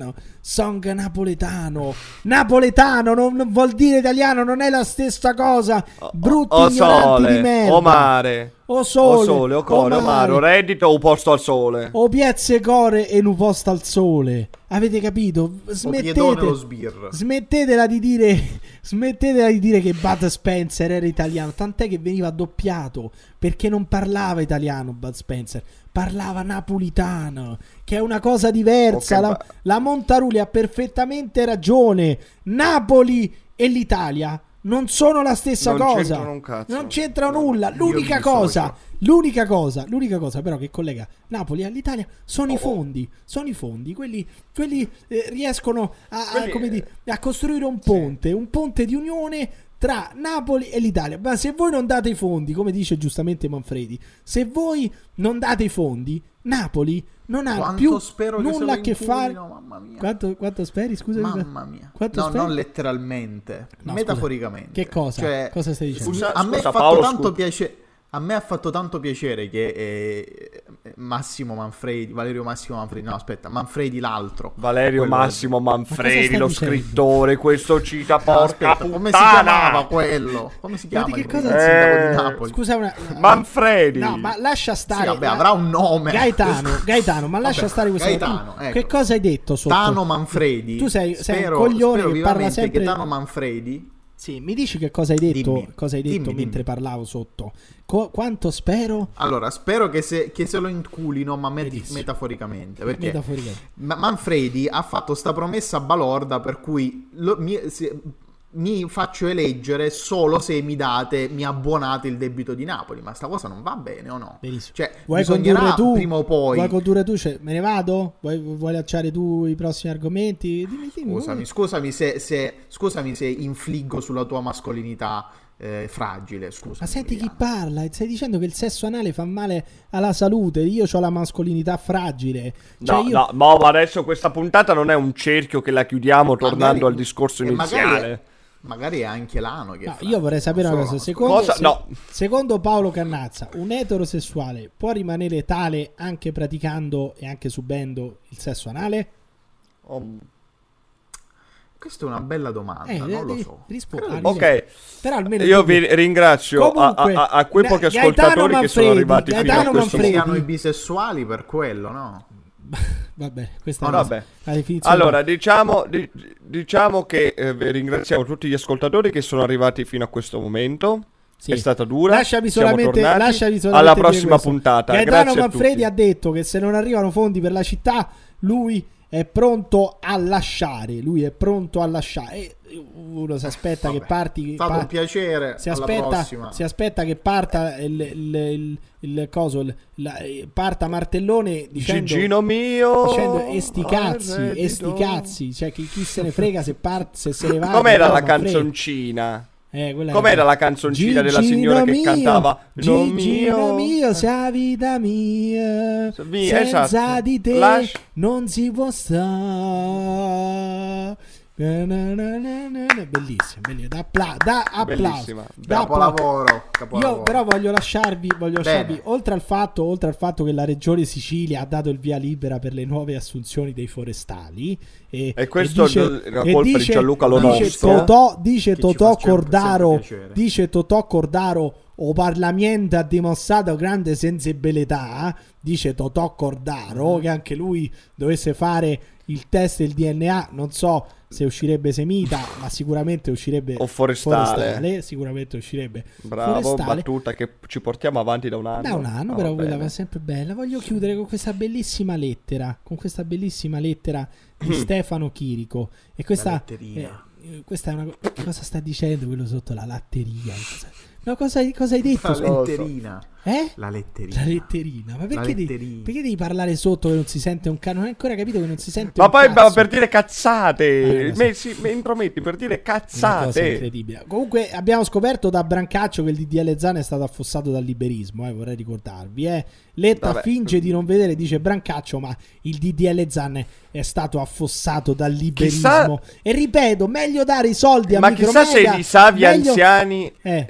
song napoletano. Napoletano non, non vuol dire italiano, non è la stessa cosa. Brutti o ignoranti sole, di merda. o mare, o sole, o sole, o core, o mare, o reddito, o posto al sole. O piezze core e un posto al sole. Avete capito? Smettete, smettetela di dire smettetela di dire che Bud Spencer era italiano, tant'è che veniva doppiato, perché non parlava italiano Bud Spencer, parlava napolitano, che è una cosa diversa. Okay, la, ma... la Montaruli ha perfettamente ragione. Napoli e l'Italia non sono la stessa non cosa, c'entrano un cazzo. non c'entra nulla. L'unica cosa, l'unica cosa, l'unica cosa però che collega Napoli all'Italia sono oh. i fondi, sono i fondi, quelli, quelli eh, riescono a, quelli, a, come dire, a costruire un ponte, sì. un ponte di unione tra Napoli e l'Italia. Ma se voi non date i fondi, come dice giustamente Manfredi, se voi non date i fondi, Napoli non ha quanto più spero nulla a che inculino, fare. Mamma mia. Quanto, quanto speri? Scusa, mamma mia. Quanto no, speri? non letteralmente, no, metaforicamente. Scusa. Che cosa? Cioè, cosa stai dicendo? Scusa, a me ha fatto Paolo, tanto piacere. A me ha fatto tanto piacere che eh, Massimo Manfredi, Valerio Massimo Manfredi, no aspetta, Manfredi l'altro. Valerio Massimo del... Manfredi, lo dicendo? Scrittore, questo cita porca no, puttana. Come si chiamava quello? Come si chiama? Che il, cosa il sindaco di Napoli? Scusa una... Manfredi. No, ma lascia stare. Sì, vabbè, avrà un nome. Gaetano, Gaetano, ma lascia vabbè, stare questo. Gaetano, ecco. Che cosa hai detto sotto? Tano Manfredi. Tu sei, sei spero, un coglione spero che parla sempre che Tano Manfredi. Sì, mi dici che cosa hai detto, dimmi, cosa hai detto dimmi, mentre dimmi. parlavo sotto? Co- quanto spero? Allora, spero che se, che se lo inculino, ma met- metaforicamente, perché metaforicamente. Ma- Manfredi ha fatto sta promessa balorda per cui lo, mi, se, mi faccio eleggere solo se mi date, mi abbonate il debito di Napoli, ma sta cosa non va bene o no? Benissimo. Cioè, vuoi condurre tu? Prima o poi. Vuoi condurre tu? Cioè, me ne vado? Vuoi, vuoi lanciare tu i prossimi argomenti? Dimmi, dimmi, scusami, scusami se, se, scusami se infliggo sulla tua mascolinità eh, fragile. Scusa. Ma senti chi parla? Stai dicendo che il sesso anale fa male alla salute? Io ho la mascolinità fragile. Cioè no, io... no, ma adesso questa puntata non è un cerchio che la chiudiamo tornando magari, al discorso iniziale. Magari, magari è anche l'ano che no, fa. io vorrei sapere una cosa. Secondo, cosa? Se, no. secondo Paolo Cannazza, un eterosessuale può rimanere tale anche praticando e anche subendo il sesso anale? Oh. Questa è una bella domanda, eh, non lo ri- so. Rispondo. Ok, però almeno io vi ringrazio. Comunque, a, a, a quei pochi Gaetano ascoltatori Manfredi, che sono arrivati Gaetano fino a questo Manfredi. Siano i bisessuali per quello, no? Vabbè, questa oh, è la, vabbè. la definizione. Allora, diciamo, di, diciamo che eh, ringraziamo tutti gli ascoltatori che sono arrivati fino a questo momento. Sì. È stata dura. Lasciami Siamo solamente, tornati. lasciami solamente alla dire prossima questo. puntata. Gaetano Grazie a Manfredi tutti. ha detto che se non arrivano fondi per la città, lui è pronto a lasciare. Lui è pronto a lasciare. E uno si aspetta Vabbè, che parti. È stato par- un piacere. Si alla aspetta, prossima. si aspetta che parta il, il, il, il coso. Il, la, parta Martellone dicendo: Gigino mio. Dicendo e sti cazzi, e sti cazzi. Cioè, chi, chi se ne frega se, part, se se ne va. Com'era la no, canzoncina? Eh, Com'era era... la canzoncina Gigino della signora mio, che cantava Gigino mio, mio, sei vita mia, via, senza esatto. di te Lascia... non si può stare. Bellissimo, bellissimo. Da, appla- da applauso, da capolavoro, capolavoro. Io però voglio lasciarvi, voglio lasciarvi oltre al fatto, oltre al fatto che la regione Sicilia ha dato il via libera per le nuove assunzioni dei forestali e, e questo e dice, è la colpa dice, di Gianluca dice Lonosto. Totò, dice Totò Cordaro, sempre dice Totò Cordaro, o Parlamento ha dimostrato grande sensibilità, dice Totò Cordaro, mm. che anche lui dovesse fare il test del D N A, non so se uscirebbe semita, ma sicuramente uscirebbe o forestale. forestale sicuramente uscirebbe bravo, forestale. battuta che ci portiamo avanti da un anno. Da un anno, oh, però bene. quella va sempre bella. Voglio chiudere con questa bellissima lettera, con questa bellissima lettera di Stefano Chirico. E questa, eh, questa è una cosa sta dicendo quello sotto la latteria. No, cosa, cosa hai detto? La letterina. Eh? La letterina. La letterina. Ma perché, letterina. Devi, perché devi parlare sotto che non si sente un cazzo? Non hai ancora capito che non si sente ma un poi cazzo. per dire cazzate. Eh, me, si, me intrometti per dire Una cosa cazzate. incredibile. Comunque abbiamo scoperto da Brancaccio che il D D L Zan è stato affossato dal liberismo, eh, vorrei ricordarvi. Eh. Letta Vabbè. finge di non vedere, dice Brancaccio, ma il D D L Zan è stato affossato dal liberismo. Chissà... E ripeto, meglio dare i soldi a ma Micromega. chissà se i savi meglio... anziani eh. di Siena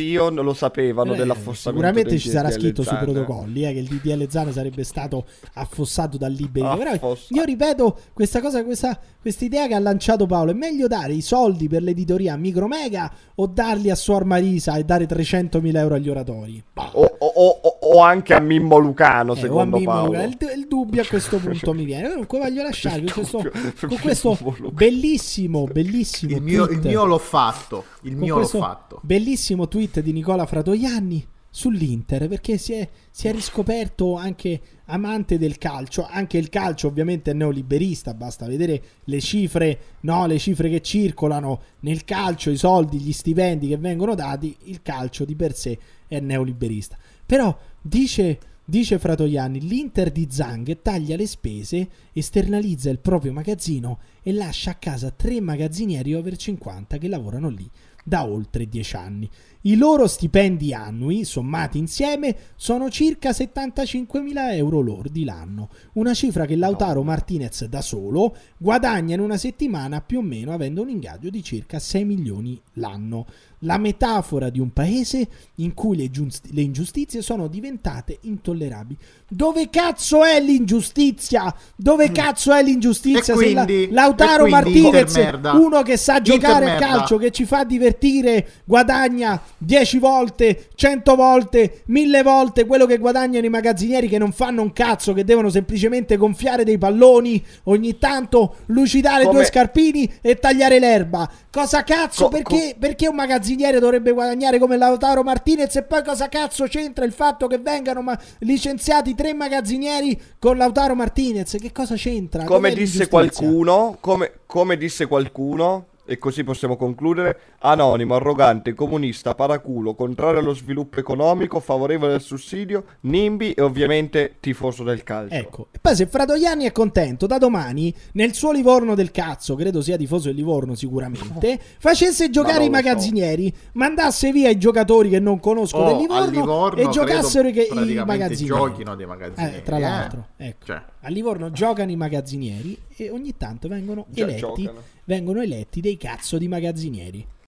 Io non lo sapevano Eh, dell'affossamento. Sicuramente del ci sarà D D L scritto sui Zan. protocolli eh, che il D D L Zan sarebbe stato affossato dal Liberi. Però Affossato. io ripeto questa cosa, questa idea che ha lanciato Paolo: è meglio dare i soldi per l'editoria a Micromega o darli a Suor Marisa e dare trecentomila euro agli oratori? O, o- o- o anche a Mimmo Lucano, Eh, o a secondo Mimmo Paolo. Luca. Il, il dubbio a questo punto mi viene. Comunque voglio lasciare con questo, dubbio con questo Mimmo Luca. bellissimo, bellissimo Il mio, il tweet. mio l'ho fatto. Il Con mio l'ho questo fatto. bellissimo tweet di Nicola Fratoianni sull'Inter, perché si è, si è riscoperto anche amante del calcio. Anche il calcio ovviamente è neoliberista, basta vedere le cifre, no, le cifre che circolano nel calcio, i soldi, gli stipendi che vengono dati. Il calcio di per sé è neoliberista. Però dice Dice Fratoianni, l'Inter di Zang taglia le spese, esternalizza il proprio magazzino e lascia a casa tre magazzinieri over cinquanta che lavorano lì da oltre dieci anni. I loro stipendi annui, sommati insieme, sono circa settantacinquemila euro lordi l'anno, una cifra che Lautaro Martinez da solo guadagna in una settimana più o meno, avendo un ingaggio di circa sei milioni l'anno. La metafora di un paese in cui le, giust- le ingiustizie sono diventate intollerabili. Dove cazzo è l'ingiustizia? Dove cazzo è l'ingiustizia? E Se la- quindi- Lautaro e quindi Martinez, Intermerda. uno che sa giocare a Intermerda. calcio, che ci fa divertire, guadagna dieci volte, cento volte, mille volte quello che guadagnano i magazzinieri che non fanno un cazzo, che devono semplicemente gonfiare dei palloni, ogni tanto lucidare Come- due scarpini e tagliare l'erba. Cosa cazzo? Co- perché, perché un magazziniere dovrebbe guadagnare come Lautaro Martinez? E poi cosa cazzo c'entra il fatto che vengano ma- licenziati tre magazzinieri con Lautaro Martinez? Che cosa c'entra? Come Dov'è disse l'ingiustizia? qualcuno, come, come disse qualcuno, e così possiamo concludere: anonimo, arrogante, comunista, paraculo, contrario allo sviluppo economico, favorevole al sussidio, nimbi e ovviamente tifoso del calcio. Ecco, e poi se Fratoianni è contento, da domani nel suo Livorno del cazzo, credo sia tifoso del Livorno sicuramente, facesse giocare Ma i non lo so. magazzinieri, mandasse via i giocatori che non conosco Oh, del al Livorno, Livorno e giocassero credo che, i praticamente magazzinieri. giochino dei magazzinieri, Eh, tra eh. l'altro, ecco. Cioè. A Livorno giocano i magazzinieri e ogni tanto vengono Già eletti, giocano. vengono eletti dei cazzo di magazzinieri.